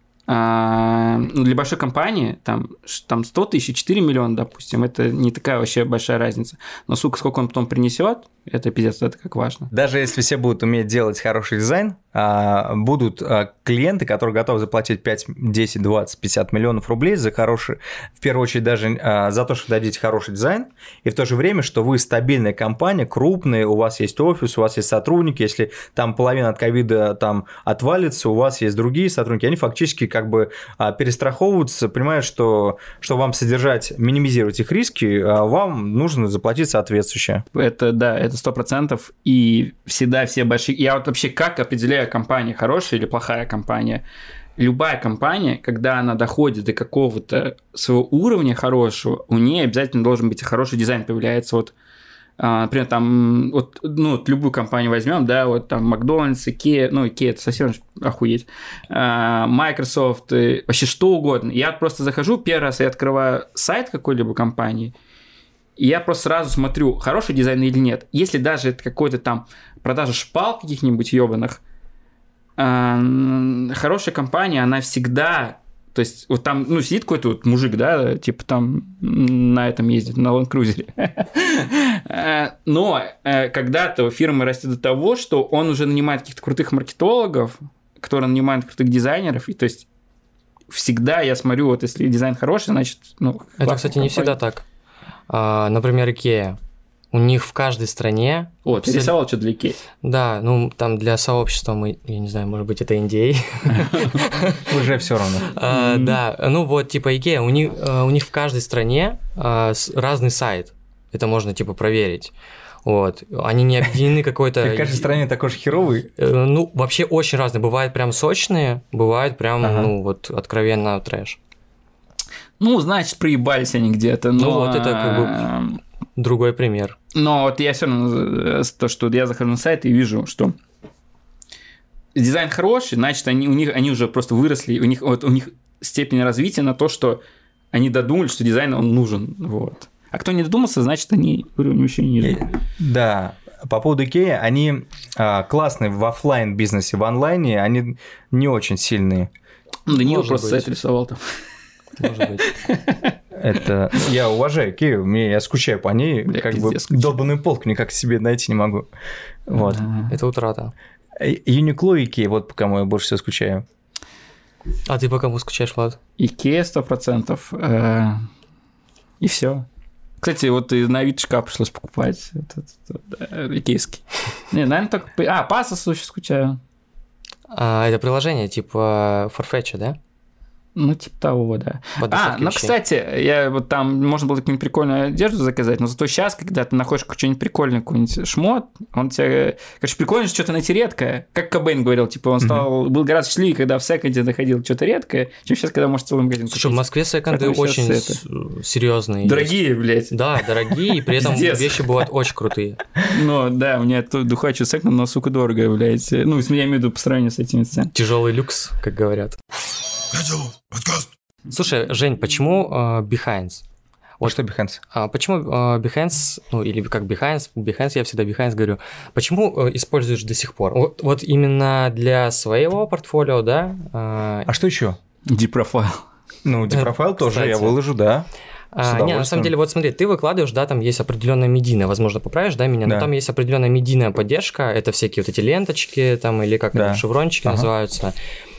э, ну, для большой компании там, там сто тысяч, четыре миллиона, допустим, это не такая вообще большая разница. Но, сука, сколько он потом принесет, это пиздец, это как важно. Даже если все будут уметь делать хороший дизайн, будут клиенты, которые готовы заплатить пять, десять, двадцать, пятьдесят миллионов рублей за хороший, в первую очередь даже за то, что дадите хороший дизайн, и в то же время, что вы стабильная компания, крупная, у вас есть офис, у вас есть сотрудники, если там половина от ковида там отвалится, у вас есть другие сотрудники, они фактически как бы перестраховываются, понимают, что, что вам содержать, минимизировать их риски, вам нужно заплатить соответствующее. Это, да, это сто процентов, и всегда все большие... Я вот вообще как определяю, компания хорошая или плохая компания? Любая компания, когда она доходит до какого-то своего уровня хорошего, у нее обязательно должен быть хороший дизайн появляется. Вот, например, там, вот, ну, вот любую компанию возьмем, да, вот там Макдональдс, Икеа, ну, Икеа это совсем охуеть, Microsoft, вообще что угодно. Я просто захожу, первый раз я открываю сайт какой-либо компании, и я просто сразу смотрю, хороший дизайн или нет. Если даже это какой-то там продажа шпал каких-нибудь ёбаных, э, хорошая компания, она всегда... То есть, вот там, ну, сидит какой-то вот мужик, да, типа там на этом ездит, на лэнд-крузере. Но когда-то фирма растет до того, что он уже нанимает каких-то крутых маркетологов, которые нанимают крутых дизайнеров, и то есть всегда я смотрю, вот если дизайн хороший, значит... ну это, кстати, не всегда так. Uh, например, Икеа. У них в каждой стране... О, ты рисовал что-то для Икеи. Да, ну там для сообщества мы, я не знаю, может быть, это эн ди эй. Уже все равно. uh, да, ну вот, типа Икеа, у них, uh, у них в каждой стране uh, разный сайт. Это можно, типа, проверить. Вот. Они не объединены какой-то... В каждой стране такой же херовый? Ну, вообще очень разные. Бывают прям сочные, бывают прям, ну, вот, откровенно трэш. Ну, значит, проебались они где-то, но... Ну, вот это как бы другой пример. Но вот я все равно, то, что я захожу на сайт и вижу, что дизайн хороший, значит, они, у них, они уже просто выросли, у них, вот, у них степень развития на то, что они додумали, что дизайн, он нужен, вот. А кто не додумался, значит, они уровень вообще ниже. Да, по поводу Икеа, они а, классные в офлайн бизнесе, в онлайне они не очень сильные. Ну, Даниил просто сайт рисовал там. Может быть. Это... Я уважаю Икею, мне, я скучаю по ней, Бля, как бы долбаный полк никак себе найти не могу. Вот. Это утрата. Юникло и Икея, вот по кому я больше всего скучаю. А ты по кому скучаешь, Влад? Икея сто процентов. И все. Кстати, вот и на вид шкаф пришлось покупать. Икейский. Не, наверное, только... А, Пасос очень скучаю. А, это приложение типа Farfetch, да? Ну, типа того, да. По А, ну, вещей. кстати, я вот там, можно было какую-нибудь прикольную одежду заказать, но зато сейчас, когда ты находишь что-нибудь прикольное, какой-нибудь шмот, он тебе... Короче, прикольно, что что-то найти редкое. Как Кобейн говорил, типа, он стал... Mm-hmm. был гораздо счастливее, когда в секонде находил что-то редкое, чем сейчас, когда можешь целый магазин Слушай, в Москве секонды очень это... серьезные. Дорогие, есть. Блядь. Да, дорогие, и при этом вещи бывают очень крутые. Ну, да, у меня тут духачу секонд, но, сука, дорого, блядь. Ну, я имею в виду по сравнению с этими ценами. Тяжелый люкс, как говорят. Слушай, Жень, почему uh, Behance? Вот что Behance? А, почему uh, Behance, ну или как Behance, Behance, я всегда Behance говорю, почему uh, используешь до сих пор? Вот, вот именно для своего портфолио, да? Uh... А что еще? Deep Profile. Ну, Deep Profile тоже я выложу, да. А, не, на самом деле, вот смотри, ты выкладываешь, да, там есть определенная медийная, возможно, поправишь, да, меня, да. но там есть определенная медийная поддержка, это всякие вот эти ленточки, там, или как да. это, шеврончики ага. называются.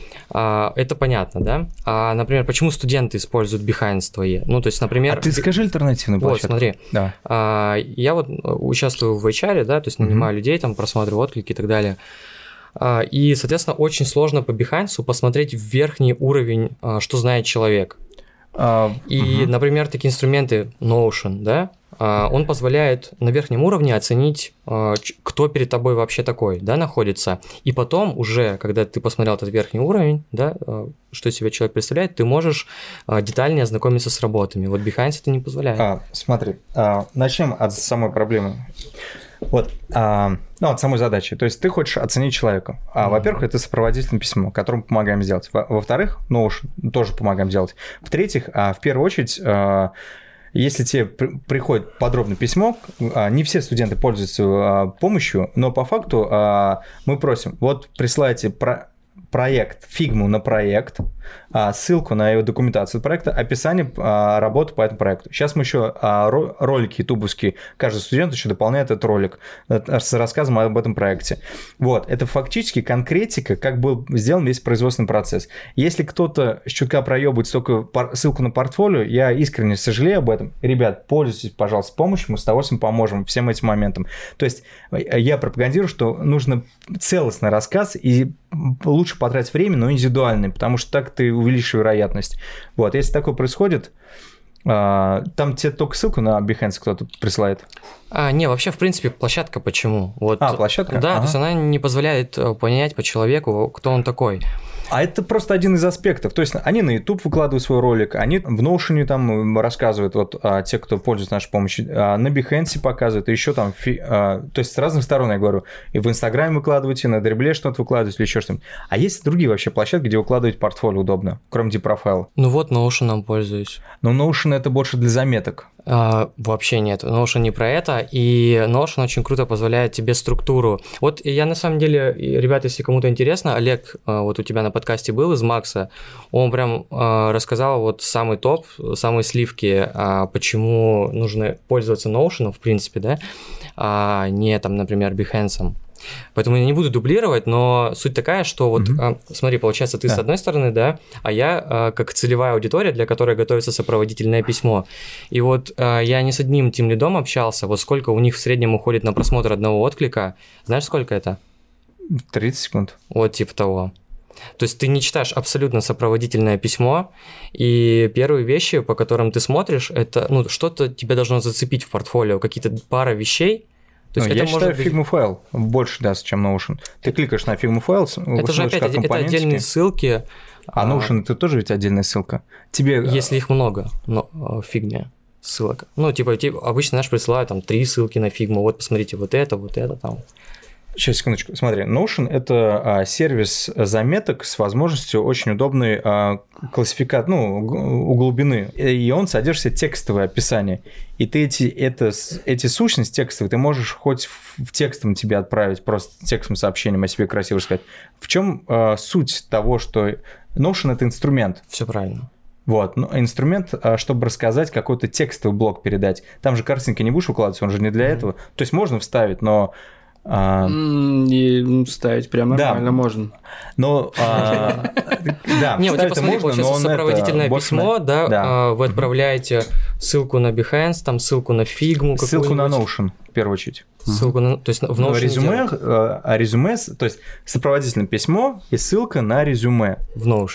Это понятно, да? А, например, почему студенты используют Behance твои? Ну, то есть, например... А ты скажи альтернативную площадку. Вот, смотри. Да. А, я вот участвую в эйч ар, да, то есть нанимаю mm-hmm. людей, там, просматриваю отклики и так далее. А, и, соответственно, очень сложно по Behance посмотреть верхний уровень, что знает человек. А, и, угу. например, такие инструменты Notion, да, он позволяет на верхнем уровне оценить, кто перед тобой вообще такой, да, находится. И потом уже, когда ты посмотрел этот верхний уровень, да, что из себя человек представляет, ты можешь детальнее ознакомиться с работами. Вот Behance это не позволяет. А, смотри, а, начнем от самой проблемы. Вот, а, ну, от самой задачи. То есть ты хочешь оценить человека. А, mm-hmm. Во-первых, это сопроводительное письмо, которое мы помогаем сделать. Во- во-вторых, ну уж тоже помогаем делать. В-третьих, а, в первую очередь, а, если тебе при- приходит подробное письмо, а, не все студенты пользуются а, помощью, но по факту а, мы просим, вот присылайте про- проект, фигму на проект, ссылку на его документацию проекта, описание работы по этому проекту. Сейчас мы еще ролики ютубовские, каждый студент еще дополняет этот ролик с рассказом об этом проекте. Вот, это фактически конкретика, как был сделан весь производственный процесс. Если кто-то с чутка проебывает только ссылку на портфолио, я искренне сожалею об этом. Ребят, пользуйтесь, пожалуйста, помощью, мы с удовольствием поможем всем этим моментам. То есть я пропагандирую, что нужно целостный рассказ и лучше потратить время, но индивидуальный, потому что так ты увеличишь вероятность. Вот, если такое происходит, там тебе только ссылку на Behance кто-то присылает. А, не, вообще, в принципе, площадка почему? Вот, а, площадка? Да, ага. то есть она не позволяет понять по человеку, кто он такой. А это просто один из аспектов. То есть они на YouTube выкладывают свой ролик, они в Notion там рассказывают, вот а, те, кто пользуется нашей помощью, а, на Behance показывают, и еще там, фи, а, то есть с разных сторон, я говорю, и в Инстаграме выкладываете, на Дрибле что-то выкладываете, или еще что-нибудь. А есть другие вообще площадки, где выкладывать портфолио удобно, кроме Deep Profile? Ну вот Notion пользуюсь. Но Notion это больше для заметок. А, вообще нет, Notion не про это, и Notion очень круто позволяет тебе структуру. Вот я на самом деле, ребята, если кому-то интересно, Олег вот у тебя на подкасте был из Макса, он прям э, рассказал вот самый топ, самые сливки, э, почему нужно пользоваться Notion, в принципе, да, а не там, например, Behance. Поэтому я не буду дублировать, но суть такая, что вот, mm-hmm. э, смотри, получается, ты да. с одной стороны, да, а я э, как целевая аудитория, для которой готовится сопроводительное письмо. И вот э, я не с одним тимлидом общался, вот сколько у них в среднем уходит на просмотр одного отклика, знаешь, сколько это? тридцать секунд. Вот типа того. То есть ты не читаешь абсолютно сопроводительное письмо, и первые вещи, по которым ты смотришь, это ну, что-то тебя должно зацепить в портфолио, какие-то пара вещей. То есть ну, это я считаю, быть... Figma файл больше даст, чем Notion. Ты кликаешь на Figma файл, это же опять это отдельные ссылки. А Notion это тоже ведь отдельная ссылка. Тебе... Если их много, но в Figma ссылок. Ну, типа, типа обычно, знаешь, присылают там три ссылки на Figma, вот посмотрите, вот это, вот это там. Сейчас, секундочку. Смотри, Notion – это а, сервис заметок с возможностью очень удобной а, классификации, ну, у глубины. И он содержит в себе текстовое описание. И ты эти, это, эти сущности текстовые ты можешь хоть в текстом тебе отправить, просто текстовым сообщением о себе красиво сказать. В чем а, суть того, что Notion – это инструмент? Все правильно. Вот, ну, инструмент, чтобы рассказать, какой-то текстовый блок передать. Там же картинки не будешь укладывать, он же не для mm-hmm. этого. То есть можно вставить, но... А... И ставить прям нормально да. можно. Но, а, да, не, вот типа, смотри, можно, получается сопроводительное это, письмо, да, да. вы отправляете ссылку на Behance, там ссылку на Figma. Ссылку на Notion, в первую очередь. Ссылку на, то есть в Notion резюме, а резюме, то есть сопроводительное письмо и ссылка на резюме. В Notion.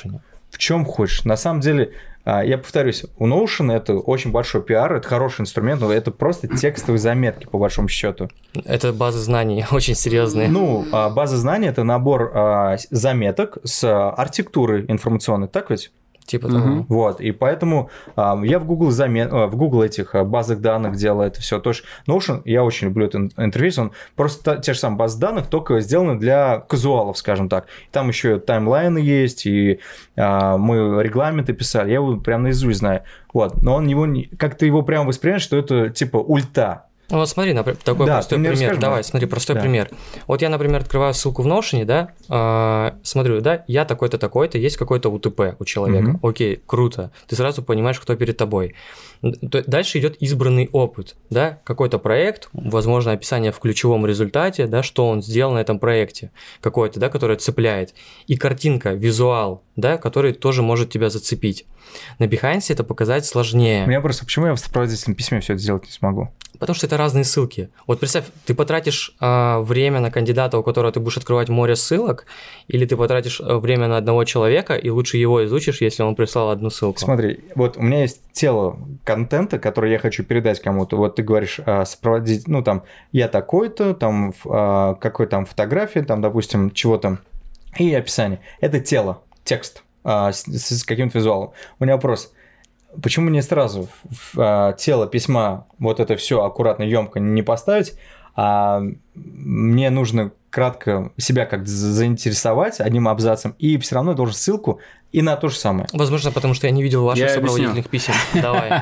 в чем хочешь. На самом деле, я повторюсь, у Notion это очень большой пиар, это хороший инструмент, но это просто текстовые заметки, по большому счету. Это база знаний очень серьезные. Ну, база знаний – это набор заметок с архитектурой информационной, так ведь? Типа того. Угу. Вот, и поэтому а, я в Google, замен... в Google этих базах данных делаю это все. Тоже Notion, я очень люблю этот интерфейс, он просто те же самые базы данных, только сделаны для казуалов, скажем так. Там еще таймлайны есть, и а, мы регламенты писали, я его прям наизусть знаю. Вот, но он его не... как-то его прям воспринимает, что это типа ульта. Ну вот смотри, например, такой да, простой пример. Расскажи, Давай, да. смотри, простой да. пример. Вот я, например, открываю ссылку в Notion, да, э, смотрю, да, я такой-то, такой-то, есть какой-то УТП у человека. Mm-hmm. Окей, круто. Ты сразу понимаешь, кто перед тобой. Дальше идет избранный опыт, да, какой-то проект, возможно, описание в ключевом результате, да, что он сделал на этом проекте, какой-то, да, который цепляет. И картинка, визуал, да, который тоже может тебя зацепить. На Behance это показать сложнее. У меня просто, почему я в сопроводительном письме все это сделать не смогу? Потому что это разные ссылки. Вот представь, ты потратишь э, время на кандидата, у которого ты будешь открывать море ссылок, или ты потратишь время на одного человека, и лучше его изучишь, если он прислал одну ссылку. Смотри, вот у меня есть тело контента, который я хочу передать кому-то. Вот ты говоришь, э, сопроводить, ну там, я такой-то, там, э, какой там фотография, там, допустим, чего там, и описание. Это тело, текст э, с, с каким-то визуалом. У меня вопрос. Почему не сразу в, в а, тело письма вот это все аккуратно, емко не поставить, а мне нужно кратко себя как-то заинтересовать одним абзацем, и все равно я должен ссылку и на то же самое. Возможно, потому что я не видел ваших Я сопроводительных писем. Давай.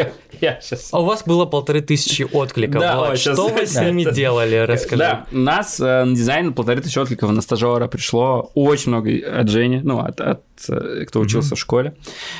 А у вас было полторы тысячи откликов. Что вы с ними делали? Расскажи. Да, у нас на дизайн полторы тысячи откликов на стажера пришло очень много от Жени, ну, от кто учился в школе.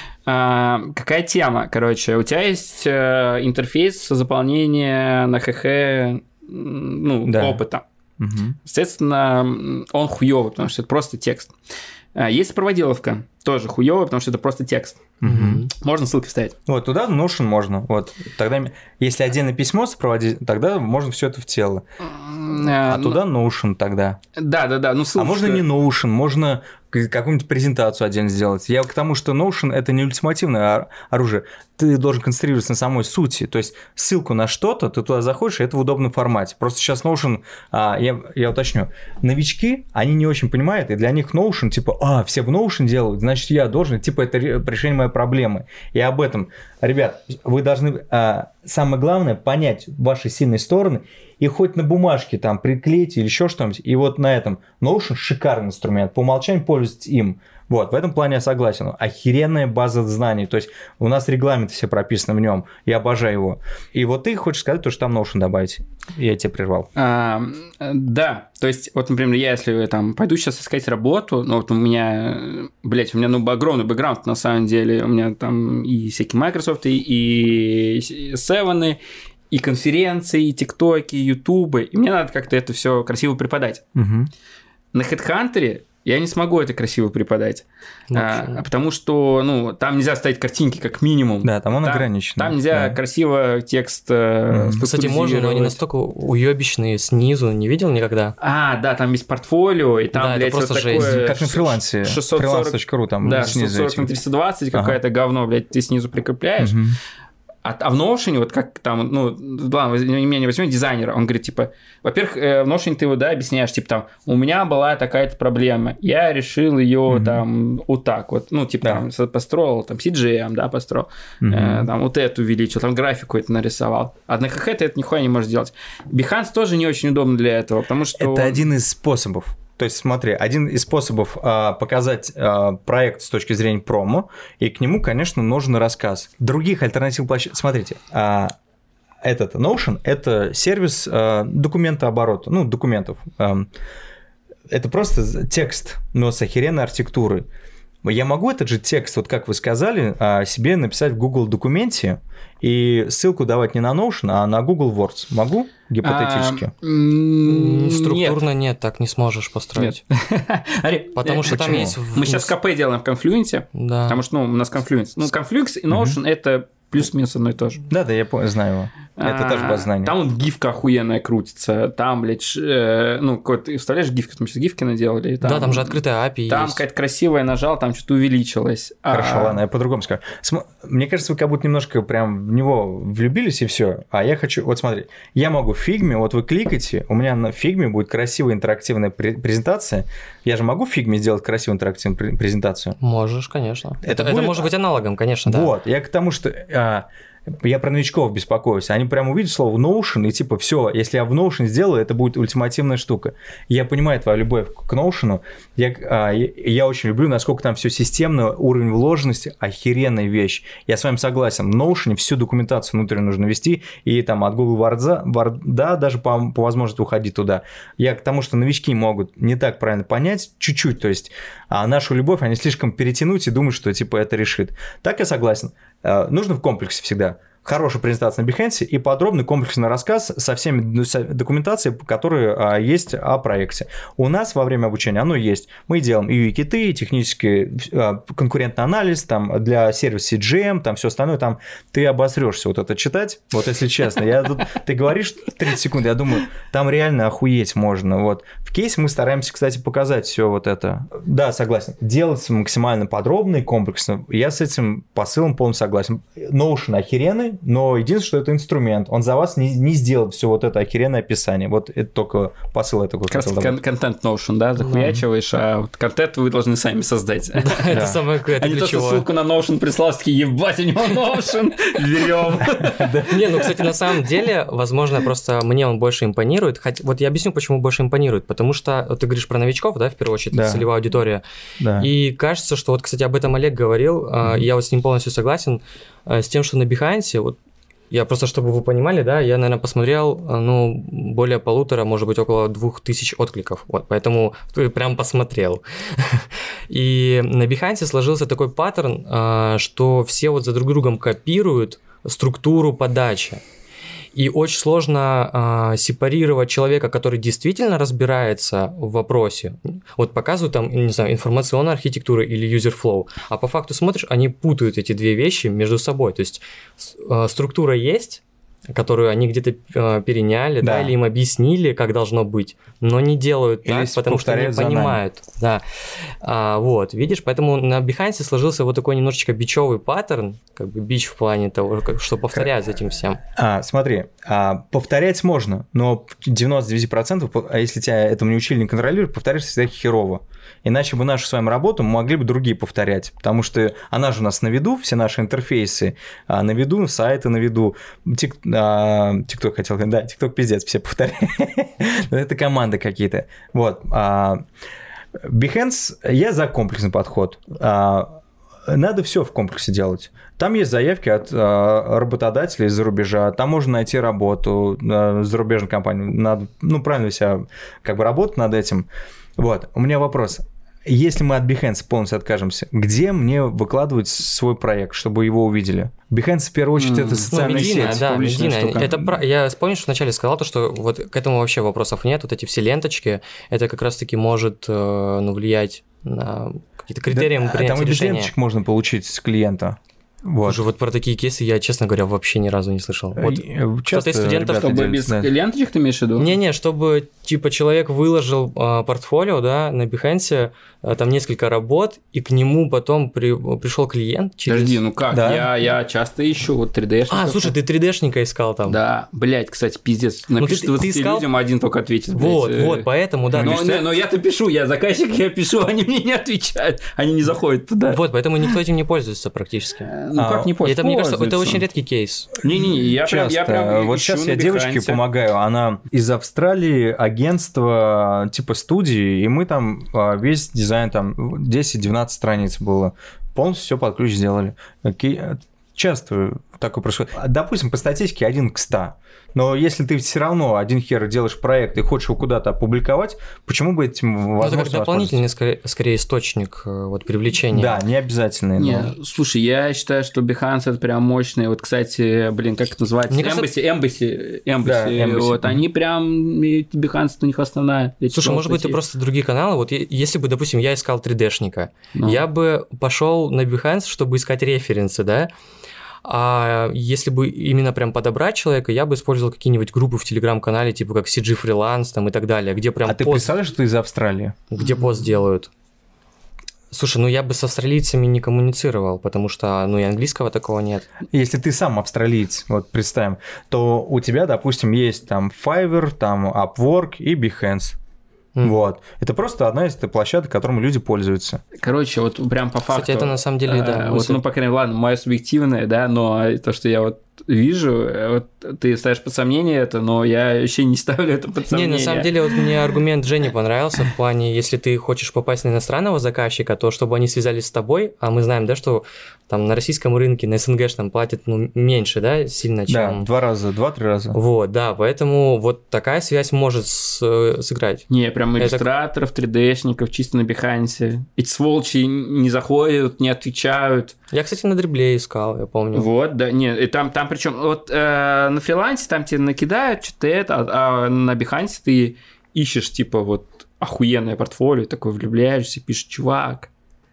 Uh, какая тема? Короче, у тебя есть uh, интерфейс заполнения на ХХ ну, да. опыта. Угу. Естественно, он хуёвый, потому что это просто текст. Uh, есть сопроводиловка, тоже хуёвая, потому что это просто текст. Угу. Можно ссылки вставить. Вот туда в Notion можно. Вот тогда, если отдельное письмо сопроводить, тогда можно все это в тело. А uh, туда Notion тогда. Да, да, да. Ну, ссылка... А можно не Notion, можно какую-нибудь презентацию отдельно сделать. Я к тому, что Notion – это не ультимативное оружие. Ты должен концентрироваться на самой сути. То есть ссылку на что-то, ты туда заходишь, и это в удобном формате. Просто сейчас Notion, я, я уточню, новички, они не очень понимают, и для них Notion, типа, а, все в Notion делают, значит, я должен, типа, это решение моей проблемы. И об этом, ребят, вы должны, самое главное, понять ваши сильные стороны, и хоть на бумажке там приклейте или еще что-нибудь, и вот на этом Notion шикарный инструмент, по умолчанию пользуйтесь им. Вот, в этом плане я согласен. Охеренная база знаний, то есть у нас регламенты все прописаны в нем, я обожаю его. И вот ты хочешь сказать, то, что там Notion добавить? Я тебя прервал. А, да, то есть, вот, например, я если там пойду сейчас искать работу, ну вот у меня, блять, у меня ну огромный бэкграунд на самом деле, у меня там и всякие Microsoft, и, и Seven, и конференции, и ТикТоки, и Ютубы, и мне надо как-то это все красиво преподать. Угу. На HeadHunter я не смогу это красиво преподать, а, потому что ну, там нельзя ставить картинки как минимум. Да, там он там, ограничен. Там нельзя да. красиво текст mm-hmm. Кстати, можно, но они настолько уебищные снизу, не видел никогда. А, да, там есть портфолио, и там, да, блядь, вот такое... Как на фрилансе, фриланс точка ру, там да, шестьсот сорок на триста двадцать, ага. какое-то говно, блядь, ты снизу прикрепляешь. Mm-hmm. А, а в Notion, вот как там, ну, ладно, меня не возьмем дизайнера, он говорит, типа, во-первых, в Notion ты его, да, объясняешь, типа, там, у меня была такая-то проблема, я решил ее mm-hmm. там вот так вот, ну, типа, да. там, построил, там, си джей эм, да, построил, mm-hmm. э, там, вот это увеличил, там, графику это нарисовал. А на ХХ ты это нихуя не можешь делать. Behance тоже не очень удобно для этого, потому что... Это он... один из способов. То есть, смотри, один из способов а, показать а, проект с точки зрения промо, и к нему, конечно, нужен рассказ. Других альтернативных площадок... Смотрите, а, этот Notion – это сервис а, документооборота, ну, документов. А, это просто текст, но с охеренной архитектурой. Я могу этот же текст, вот как вы сказали, себе написать в Google документе и ссылку давать не на Notion, а на Google Words. Могу? Гипотетически. А, структурно нет. нет, так не сможешь построить. Нет. Потому что там есть... Мы сейчас КП делаем в Confluent, да. потому что ну, у нас Confluent. Ну, Confluent и Notion – это плюс-минус одно и то же. Да-да, я знаю его. Это тоже база знаний. Там вот гифка охуенная крутится. Там, блядь, ш, э, ну, ты вставляешь гифку, мы сейчас гифки наделали. Там, да, там же открытая эй пи ай там есть. какая-то красивая нажал, там что-то увеличилось. Хорошо, а... ладно, я по-другому скажу. См... Мне кажется, вы как будто немножко прям в него влюбились и все. А я хочу... Вот смотри, я могу в фигме, вот вы кликаете, у меня на фигме будет красивая интерактивная презентация. Я же могу в фигме сделать красивую интерактивную презентацию? Можешь, конечно. Это, это, будет... это может быть аналогом, конечно, да. Вот, я к тому, что... А... Я про новичков беспокоюсь. Они прям увидят слово Notion и типа все, если я в Notion сделаю, это будет ультимативная штука. Я понимаю твою любовь к Notion. Я, а, я, я очень люблю, насколько там все системно, уровень вложенности, охеренная вещь. Я с вами согласен. В Notion всю документацию внутрь нужно вести, и там от Google Word, Word даже по, по возможности уходить туда. Я к тому, что новички могут не так правильно понять, чуть-чуть, то есть а нашу любовь они слишком перетянуть и думают, что типа это решит. Так я согласен. А, нужно в комплексе всегда. Хорошая презентация на Behance и подробный комплексный рассказ со всеми документацией, которые а, есть о проекте. У нас во время обучения оно есть. Мы делаем ю ай-киты, технический а, конкурентный анализ, там, для сервиса си джи эм, там все остальное, там ты обосрешься вот это читать. Вот если честно, я тут, ты говоришь тридцать секунд, я думаю, там реально охуеть можно. Вот. В кейсе мы стараемся, кстати, показать все вот это. Да, согласен. Делать максимально подробно и комплексно. Я с этим посылом полностью согласен. Notion охеренный, но единственное, что это инструмент. Он за вас не, не сделает все вот это охеренное описание. Вот это только посыл этого. Как раз кон- контент Notion, да, захуячиваешь, а вот контент вы должны сами создать. Да, это самое ключевое. А не то, что ссылку на Notion прислал, такие, ебать, у него Notion, берем. Не, ну, кстати, на самом деле, возможно, просто мне он больше импонирует. Вот я объясню, почему больше импонирует. Потому что ты говоришь про новичков, да, в первую очередь, целевая аудитория. И кажется, что вот, кстати, об этом Олег говорил, я вот с ним полностью согласен, с тем, что на Behance, вот я просто, чтобы вы понимали, да, я, наверное, посмотрел, ну, более полутора, может быть, около двух тысяч откликов, вот, поэтому ты прям посмотрел. И на Behance сложился такой паттерн, что все вот за друг другом копируют структуру подачи. И очень сложно э, сепарировать человека, который действительно разбирается в вопросе. Вот показывают там, не знаю, информационную архитектуру или user flow, а по факту смотришь, они путают эти две вещи между собой. То есть э, структура есть, которую они где-то э, переняли, да. Да, или им объяснили, как должно быть, но не делают или так, потому что не понимают. Да. А, вот, видишь, поэтому на Behance сложился вот такой немножечко бичевый паттерн, как бы бич в плане того, что повторяют за этим всем. А, смотри, а, повторять можно, но девяносто девять процентов, а если тебя этому не учили, не контролируют, повторяешь всегда херово. Иначе бы нашу с вами работу могли бы другие повторять, потому что она же у нас на виду, все наши интерфейсы на виду, сайты на виду, тик, а, TikTok хотел сказать, да, TikTok пиздец, все повторяют, это команды какие-то. Вот. А, Behance, я за комплексный подход. А, надо все в комплексе делать. Там есть заявки от а, работодателей из-за рубежа, там можно найти работу а, зарубежной компании, надо, ну, правильно себя как бы работать над этим. Вот, у меня вопрос. Если мы от Behance полностью откажемся, где мне выкладывать свой проект, чтобы его увидели? Behance, в первую очередь, mm. это социальная ну, медийная, сеть, да, публичная медийная. штука. Это про... Я помню, что вначале сказал, то, что вот к этому вообще вопросов нет, вот эти все ленточки, это как раз-таки может ну, влиять на какие-то критерии да, принятия там и без решения. ленточек можно получить с клиента. Вот. Уже вот про такие кейсы я, честно говоря, вообще ни разу не слышал. Вот кто-то из студентов... Чтобы без да. ленточек ты имеешь в виду? Не-не, чтобы, типа, человек выложил а, портфолио, да, на Behance, а, там несколько работ, и к нему потом при, пришел клиент через... Подожди, ну как? Да? Я, я часто ищу вот три дэ-шника. А, слушай, ты три дэ-шника искал там? Да, блядь, кстати, пиздец. Напиши ну, двадцати искал... людям, один только ответит. Вот, блядь. вот, поэтому, да. Но, но, но я-то пишу, я заказчик, я пишу, они мне не отвечают, они не заходят туда. Вот, поэтому никто этим не пользуется практически. Ну, как не пользуется? Это, мне кажется, это очень редкий кейс. Не-не, я прям, я прям вот сейчас я девочке помогаю, она из Австралии, агентство типа студии, и мы там весь дизайн, там десять-двенадцать страниц было, полностью все под ключ сделали. Часто такое происходит. Допустим, по статистике один к ста. Но если ты все равно один хер делаешь проект и хочешь его куда-то опубликовать, почему бы этим возможно? Это как дополнительный, скорее, скорее источник вот, привлечения. Да, не обязательно. Не, но... Слушай, я считаю, что Behance это прям мощный. Вот, кстати, блин, как это называется? Мне Embassy, кажется... Embassy, Embassy. Да, Embassy. Вот, они прям, Behance у них основная. Я Слушай, может быть, это просто другие каналы. Вот если бы, допустим, я искал три дэ-шника, ну. я бы пошел на Behance, чтобы искать референсы, да? А если бы именно прям подобрать человека, я бы использовал какие-нибудь группы в Телеграм-канале, типа как си джи Freelance там и так далее, где прям А ты пост... представляешь, что ты из Австралии? Где пост делают. Слушай, ну я бы с австралийцами не коммуницировал, потому что, ну и английского такого нет. Если ты сам австралиец, вот представим, то у тебя, допустим, есть там Fiverr, там Upwork и Behance. Mm. Вот. Это просто одна из площадок, которыми люди пользуются. Короче, вот прям по факту. Кстати, это на самом деле, да. Э, вот, ну, по крайней мере, ладно, мое субъективное, да, но то, что я вот вижу, вот ты ставишь под сомнение это, но я вообще не ставлю это под сомнение. Не, на самом деле, вот мне аргумент Жени понравился в плане, если ты хочешь попасть на иностранного заказчика, то чтобы они связались с тобой, а мы знаем, да, что там на российском рынке, на СНГ там платят ну, меньше, да, сильно, чем... Да, два раза, два-три раза. Вот, да, поэтому вот такая связь может с... сыграть. Не, прям иллюстраторов, три дэ-шников чисто на Behance. Эти сволочи не заходят, не отвечают. Я, кстати, на Дрибле искал, я помню. Вот, да, нет, и там, там причем вот э, на фрилансе там тебе накидают что-то это, а, а на Behance ты ищешь, типа, вот охуенное портфолио, такой влюбляешься, пишешь, чувак.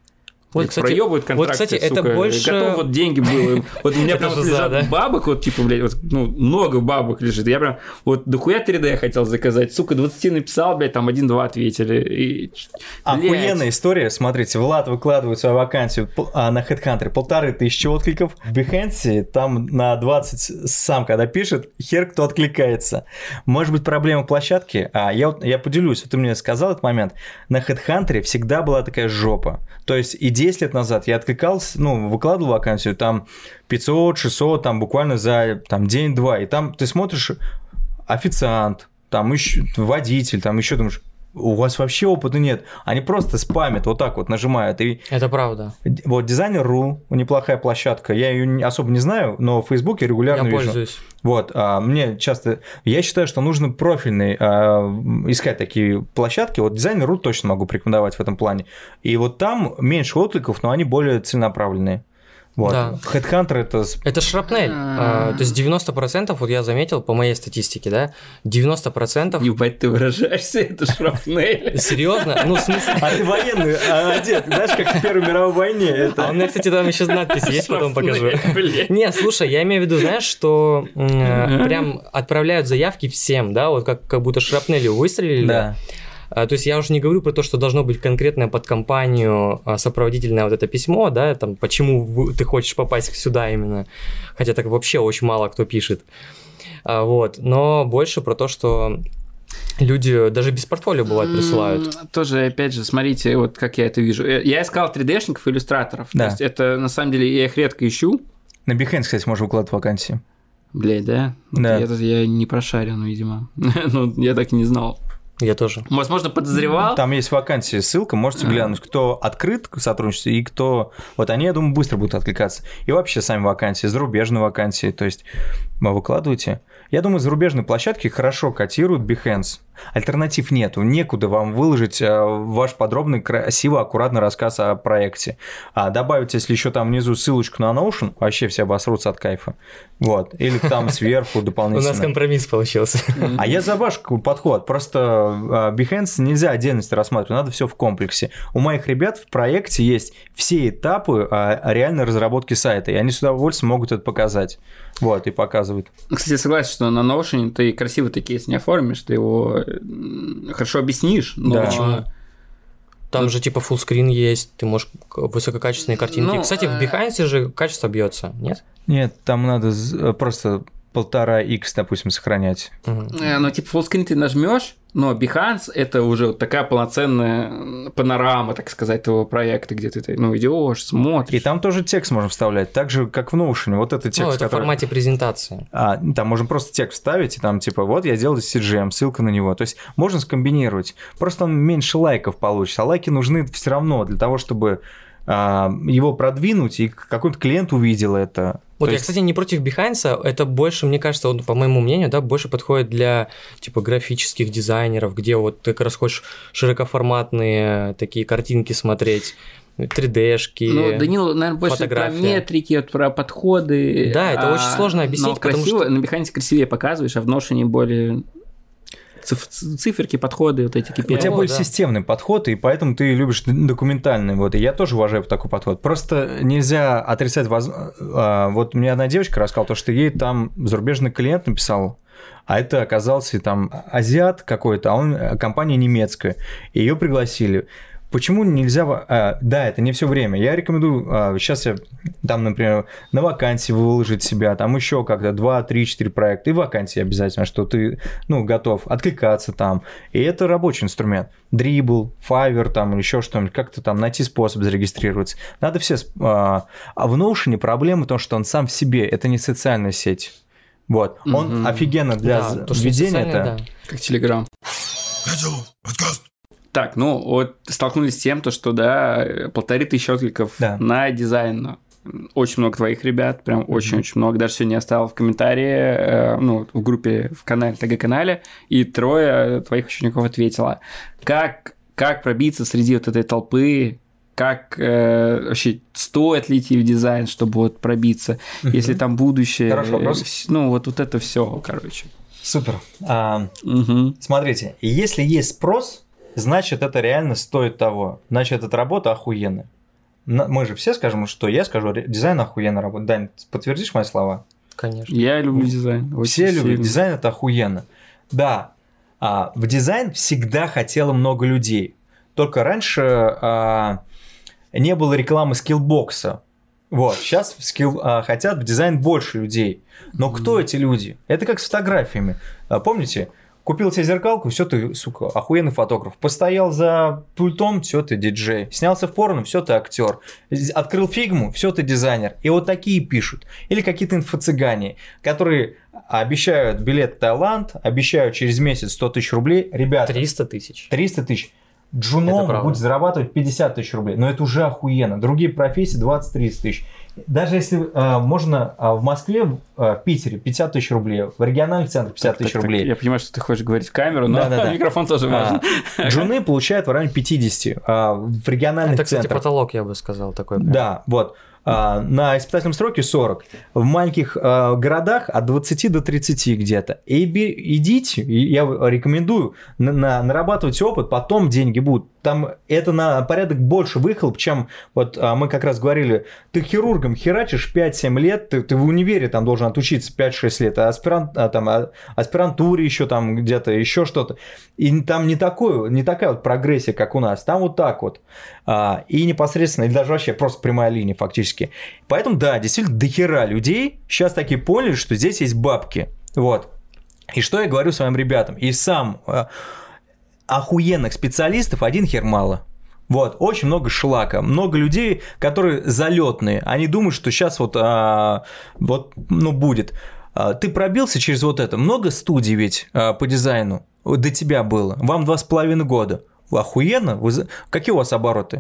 Вот, кстати, проебывают контракты, вот, кстати, сука, это больше... готов вот деньги было. Вот у меня прям за, лежат да? бабок, вот типа, блядь, вот, ну, много бабок лежит. Я прям, вот, дохуя три дэ хотел заказать, сука, двадцать написал, блядь, там один-два ответили. И... Охуенная история, смотрите, Влад выкладывает свою вакансию на HeadHunter, полторы тысячи откликов. В Behance там на двадцать сам, когда пишет, хер кто откликается. Может быть, проблема площадки? А я, я поделюсь, вот ты мне сказал этот момент. На HeadHunter всегда была такая жопа. То есть и десять лет назад я откликался, ну, выкладывал вакансию, там пятьсот шестьсот, там буквально за там, день-два, и там ты смотришь официант, там еще водитель, там еще думаешь, у вас вообще опыта нет, они просто спамят, вот так вот нажимают. И... Это правда. Вот Designer точка ру, неплохая площадка, я ее особо не знаю, но в Фейсбуке регулярно я вижу. Пользуюсь. Вот, а, мне часто, я считаю, что нужно профильный а, искать такие площадки, вот Designer точка ру точно могу порекомендовать в этом плане, и вот там меньше откликов, но они более целенаправленные. Вот. Да. HeadHunter это... Это шрапнель. А, то есть девяносто процентов, вот я заметил по моей статистике, да, девяносто процентов... Ебать, ты выражаешься, это шрапнель. Серьезно? Ну, в смысле... А ты военный одет, знаешь, как в Первой мировой войне. Это... А у меня, кстати, там еще надпись есть, потом покажу. Не, слушай, я имею в виду, знаешь, что прям отправляют заявки всем, да, вот как, как будто шрапнелью выстрелили. Да. То есть я уже не говорю про то, что должно быть конкретное под компанию сопроводительное вот это письмо, да, там, почему ты хочешь попасть сюда именно, хотя так вообще очень мало кто пишет, вот, но больше про то, что люди даже без портфолио, бывает, присылают. Тоже, опять же, смотрите, вот как я это вижу. Я искал три дэ-шников и иллюстраторов, да. То есть это, на самом деле, я их редко ищу. На Behance, кстати, можно выкладывать вакансии. Блядь, да? Да. Я, я не прошарен, видимо. Ну, я так и не знал. Я тоже. Возможно, подозревал. Там есть вакансия, ссылка, можете глянуть, кто открыт к сотрудничеству и кто... Вот они, я думаю, быстро будут откликаться. И вообще сами вакансии, зарубежные вакансии, то есть вы выкладываете. Я думаю, зарубежные площадки хорошо котируют Behance. Альтернатив нету, некуда вам выложить ваш подробный, красивый, аккуратный рассказ о проекте. А добавить, если еще там внизу ссылочку на Notion, вообще все обосрутся от кайфа. Вот. Или там сверху дополнительно. У нас компромисс получился. А я за ваш подход. Просто Behance нельзя отдельности рассматривать, надо все в комплексе. У моих ребят в проекте есть все этапы реальной разработки сайта, и они с удовольствием могут это показать. Вот, и показывают. Кстати, согласен, что на Notion ты красиво ты кейс не оформишь, ты его хорошо объяснишь, но Да. Почему? Там ну, же типа фуллскрин есть, ты можешь высококачественные картинки. Ну, Кстати, в Behance же качество бьется, нет? Нет, там надо просто полтора икс, допустим, сохранять. Угу. Ну, типа, фуллскрин ты нажмешь, но Behance это уже вот такая полноценная панорама, так сказать, твоего проекта, где ты ну, идешь, смотришь. И там тоже текст можно вставлять, так же, как в Notion. Вот это текст, ну, это который... в формате презентации. А, там можно просто текст вставить, и там типа, вот я делал си джи эм, ссылка на него. То есть можно скомбинировать. Просто он меньше лайков получит, а лайки нужны все равно для того, чтобы а, его продвинуть, и какой-то клиент увидел это. Вот То я, есть... кстати, не против Behance, это больше, мне кажется, он, по моему мнению, да, больше подходит для, типа, графических дизайнеров, где вот ты как раз хочешь широкоформатные такие картинки смотреть, три дэ-шки, Ну, Данил, наверное, больше фотография. про метрики, вот, про подходы. Да, это а, очень сложно объяснить, но потому красиво, что... на Behance красивее показываешь, а в Notion более... циферки, подходы, вот эти кей пи ай. У тебя О, более да. системный подход, и поэтому ты любишь документальный. Вот, и я тоже уважаю такой подход. Просто нельзя отрицать... Воз... Вот мне одна девочка рассказала, что ей там зарубежный клиент написал, а это оказался там азиат какой-то, а он компания немецкая, и ее пригласили. Почему нельзя... А, да, это не все время. Я рекомендую... А, сейчас я там, например, на вакансии выложить себя, там еще как-то два, три, четыре проекта, и вакансии обязательно, что ты, ну, готов откликаться там. И это рабочий инструмент. Dribbble, Fiverr там или еще что-нибудь, как-то там найти способ зарегистрироваться. Надо все... А, а в Notion проблема в том, что он сам в себе, это не социальная сеть. Вот. Он Мгм. офигенно для Да, то, что введения социальное, это... да. Как Telegram. Так, ну вот столкнулись с тем, то, что, да, полторы тысячи откликов Да. на дизайн. Очень много твоих ребят, прям очень-очень много. Даже сегодня я оставил в комментарии, э, ну, в группе, в канале, ТГ-канале, и трое твоих учеников ответило. Как, как пробиться среди вот этой толпы? Как э, вообще стоит ли идти в дизайн, чтобы вот пробиться? Мгм. Если там будущее... Хороший вопрос. э, вс- Ну, вот, вот это все, короче. Супер. А, Мгм. Смотрите, если есть спрос, значит, это реально стоит того. Значит, эта работа охуенная. На- Мы же все скажем, что я скажу, ре- дизайн охуенно работает. Дань, подтвердишь мои слова? Конечно. Я люблю дизайн. очень Все любят. сильно. Дизайн это охуенно. Да, а, в дизайн всегда хотело много людей. Только раньше а, не было рекламы скиллбокса. Вот, сейчас в скилл, а, хотят в дизайн больше людей. Но кто эти люди? Это как с фотографиями. А, помните? Купил себе зеркалку, все ты, сука, охуенный фотограф. Постоял за пультом, все ты диджей. Снялся в порно, все ты актер. Открыл фигму, все ты дизайнер. И вот такие пишут. Или какие-то инфо-цыгане, которые обещают билет в Таиланд, обещают через месяц сто тысяч рублей. Ребята, триста тысяч. триста тысяч. Это Джуном правда. будет зарабатывать пятьдесят тысяч рублей. Но это уже охуенно. Другие профессии двадцать-тридцать тысяч. Даже если э, можно э, в Москве, э, в Питере пятьдесят тысяч рублей, в региональных центрах пятьдесят тысяч Так, так, рублей. я понимаю, что ты хочешь говорить в камеру, но Да-да-да. микрофон тоже важен. А, Джуны получают в районе пятьдесят а, в региональных Это, кстати, центрах. потолок, я бы сказал, такой. прям. Да, вот. А, на испытательном сроке сорок. В маленьких а, городах от двадцати до тридцати где-то. И би- идите, и я рекомендую на- на- нарабатывать опыт, потом деньги будут. Там это на порядок больше выхлоп, чем вот а, мы как раз говорили, ты хирургом херачишь пять-семь лет, ты, ты в универе там должен отучиться пять-шесть лет, а аспирант, а, там, а, аспирантуре еще там где-то, еще что-то. И там не, такое, не такая вот прогрессия, как у нас. Там вот так вот. А, и непосредственно, или даже вообще просто прямая линия фактически. Поэтому, да, действительно, дохера людей сейчас такие поняли, что здесь есть бабки. Вот. И что я говорю своим ребятам? И сам э, охуенных специалистов один хер мало. Вот, очень много шлака, много людей, которые залетные. Они думают, что сейчас вот, а, вот ну, будет. А, ты пробился через вот это. Много студий ведь а, по дизайну до тебя было. Вам два с половиной года. Охуенно. Вы... за- Какие у вас обороты?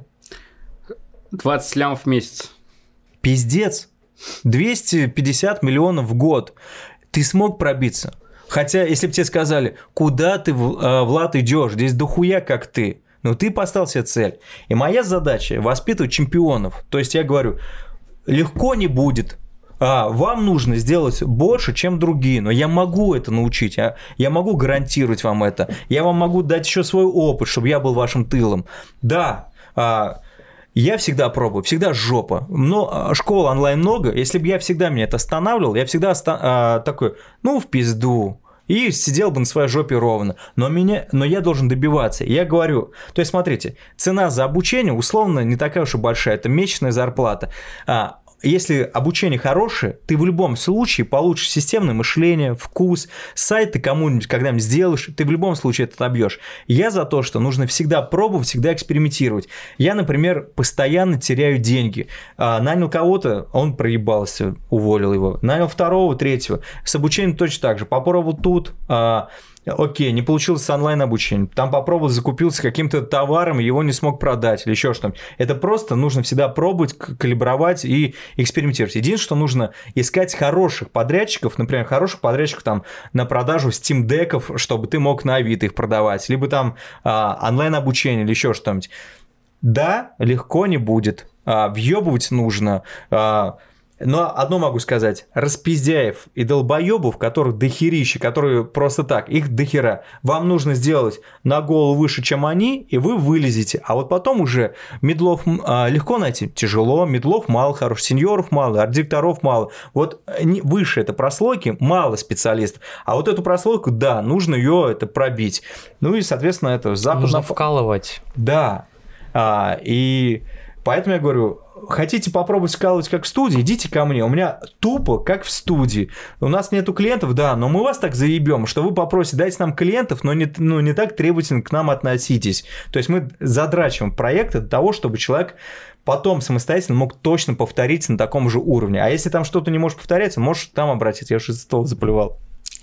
двадцать лямов в месяц. Пиздец. двести пятьдесят миллионов в год. Ты смог пробиться. Хотя, если бы тебе сказали, куда ты, В- э, Влад, идешь, здесь дохуя как ты. Но ты поставил себе цель. И моя задача – воспитывать чемпионов. То есть я говорю, легко не будет. А, вам нужно сделать больше, чем другие, но я могу это научить, я, я могу гарантировать вам это, я вам могу дать еще свой опыт, чтобы я был вашим тылом. Да, а, я всегда пробую, всегда жопа, но а, школ онлайн много, если бы я всегда меня это останавливал, я всегда оста- а, такой, ну в пизду, и сидел бы на своей жопе ровно. Но, меня, но я должен добиваться. Я говорю, то есть, смотрите, цена за обучение условно не такая уж и большая, это месячная зарплата. А, если обучение хорошее, ты в любом случае получишь системное мышление, вкус, сайт ты кому-нибудь когда-нибудь сделаешь, ты в любом случае это отобьешь. Я за то, что нужно всегда пробовать, всегда экспериментировать. Я, например, постоянно теряю деньги. А, нанял кого-то, он проебался, уволил его. Нанял второго, третьего. С обучением точно так же. Попробовал тут... А, окей, не получилось с онлайн-обучением. Там попробовал, закупился каким-то товаром, его не смог продать или еще что-нибудь. Это просто нужно всегда пробовать, к- калибровать и экспериментировать. Единственное, что нужно искать хороших подрядчиков, например, хороших подрядчиков там на продажу Steam-деков, чтобы ты мог на Авито их продавать, либо там а, онлайн-обучение или еще что-нибудь. Да, легко не будет. А, въебывать нужно. А, Но одно могу сказать. Распиздяев и долбоебов, которых дохерища, которые просто так, их дохера. Вам нужно сделать на голову выше, чем они, и вы вылезете. А вот потом уже мидлов а, легко найти, тяжело. Мидлов мало хороших, сеньоров мало, арт-директоров мало. Вот выше это прослойки мало специалистов. А вот эту прослойку, да, нужно ее это пробить. Ну и, соответственно, это западно... Нужно вкалывать. Да. А, и поэтому я говорю... Хотите попробовать скалывать как в студии, идите ко мне. У меня тупо как в студии. У нас нету клиентов, да, но мы вас так заебем, что вы попросите, дайте нам клиентов, но не, ну, не так требовательно к нам относитесь. То есть мы задрачиваем проекты для того, чтобы человек потом самостоятельно мог точно повторить на таком же уровне. А если там что-то не можешь повторять, можешь там обратиться. Я уже стол заплевал.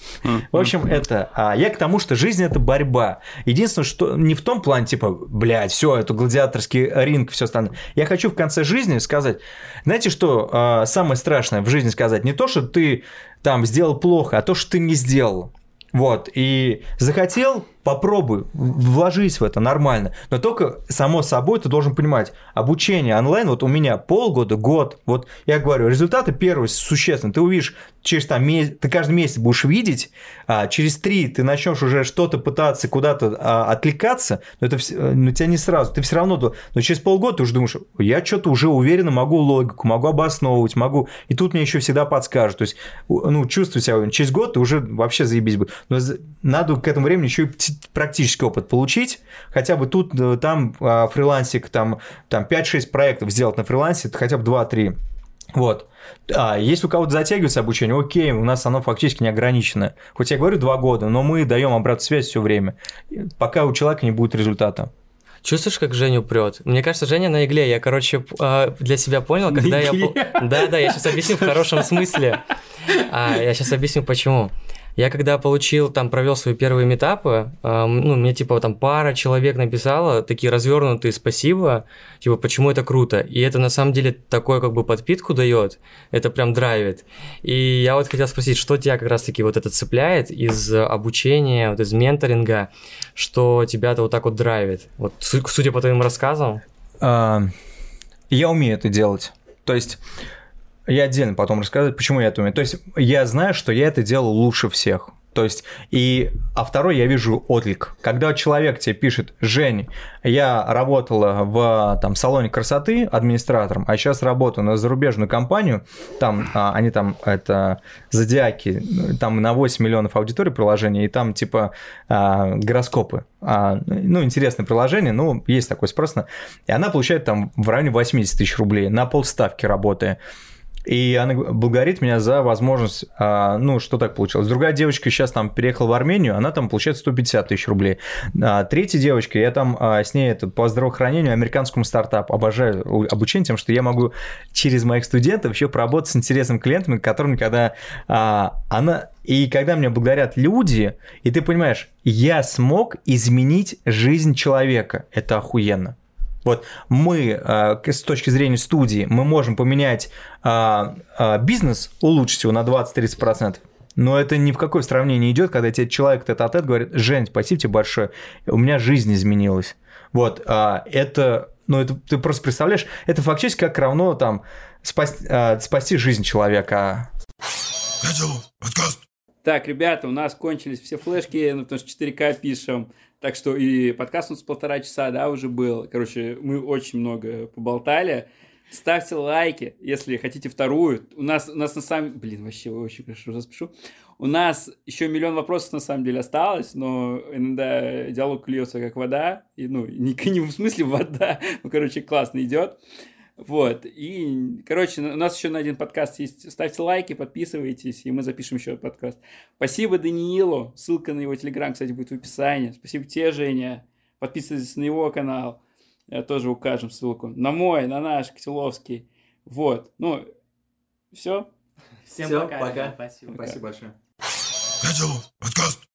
В общем, это... А я к тому, что жизнь – это борьба. Единственное, что не в том плане, типа, блядь, все, это гладиаторский ринг, все остальное. Я хочу в конце жизни сказать, знаете, что а, самое страшное в жизни сказать? Не то, что ты там сделал плохо, а то, что ты не сделал. Вот, и захотел, попробуй, вложись в это нормально. Но только, само собой, ты должен понимать, обучение онлайн, вот у меня полгода, год, вот я говорю, результаты первые существенные, ты увидишь, через там месяц, ты каждый месяц будешь видеть, а через три ты начнешь уже что-то пытаться куда-то а, отвлекаться, но это но тебя не сразу, ты все равно, но через полгода ты уже думаешь, я что-то уже уверенно могу логику, могу обосновывать, могу, и тут мне еще всегда подскажут, то есть, ну, чувствую себя уверенно, через год ты уже вообще заебись бы, но надо к этому времени еще и практический опыт получить, хотя бы тут, там фрилансик, там, там пять-шесть проектов сделать на фрилансе, это хотя бы два-три. Вот. А если у кого-то затягивается обучение, окей, у нас оно фактически не ограничено. Хоть я говорю два года, но мы даем обратную связь все время, пока у человека не будет результата. Чувствуешь, как Женю прет? Мне кажется, Женя на игле. Я, короче, для себя понял, когда я... Да-да, я сейчас объясню в хорошем смысле. А, я сейчас объясню, почему. Я когда получил, там, провел свои первые митапы, э, ну, мне, типа, там, пара человек написала, такие развернутые спасибо, типа, почему это круто. И это, на самом деле, такое, как бы, подпитку дает, это прям драйвит. И я вот хотел спросить, что тебя как раз-таки вот это цепляет из обучения, вот из менторинга, что тебя-то вот так вот драйвит? Вот, судя по твоим рассказам. Я умею это делать. То есть... Я отдельно потом рассказываю, почему я это умею. То есть, я знаю, что я это делал лучше всех. То есть, и... А второй, я вижу отклик. Когда человек тебе пишет: Жень, я работала в там, салоне красоты администратором, а сейчас работаю на зарубежную компанию, там а, они там, это, зодиаки, там на восемь миллионов аудиторий приложения, и там типа а, гороскопы. А, ну, интересное приложение, ну, есть такой спрос. И она получает там в районе восемьдесят тысяч рублей на полставки работая. И она благодарит меня за возможность, ну, что так получилось. Другая девочка сейчас там переехала в Армению, она там получает сто пятьдесят тысяч рублей. Третья девочка, я там с ней это, по здравоохранению, американскому стартапу, обожаю обучение тем, что я могу через моих студентов еще поработать с интересными клиентами, которыми когда она... И когда меня благодарят люди, и ты понимаешь, я смог изменить жизнь человека, это охуенно. Вот мы, с точки зрения студии, мы можем поменять бизнес, улучшить его на двадцать-тридцать процентов, но это ни в какое сравнение не идет, когда тебе человек тет-а-тет говорит: Жень, спасибо тебе большое, у меня жизнь изменилась. Вот, это, ну, это ты просто представляешь, это фактически как равно там спасти, спасти жизнь человека. Так, ребята, у нас кончились все флешки, ну, потому что четыре ка пишем. Так что и подкаст у нас полтора часа, да, уже был. Короче, мы очень много поболтали. Ставьте лайки, если хотите вторую. У нас, у нас на самом... Блин, вообще очень хорошо распишу. У нас еще миллион вопросов на самом деле осталось, но иногда диалог льется как вода. И, ну, не, не в смысле вода, ну, короче, классно идет. Вот, и, короче, у нас еще на один подкаст есть. Ставьте лайки, подписывайтесь, и мы запишем еще подкаст. Спасибо Даниилу, ссылка на его телеграм, кстати, будет в описании. Спасибо тебе, Женя, подписывайтесь на его канал, тоже укажем ссылку. На мой, на наш, Котеловский. Вот, ну, все. Всем пока. пока. Спасибо. Спасибо большое. Котелов, подкаст.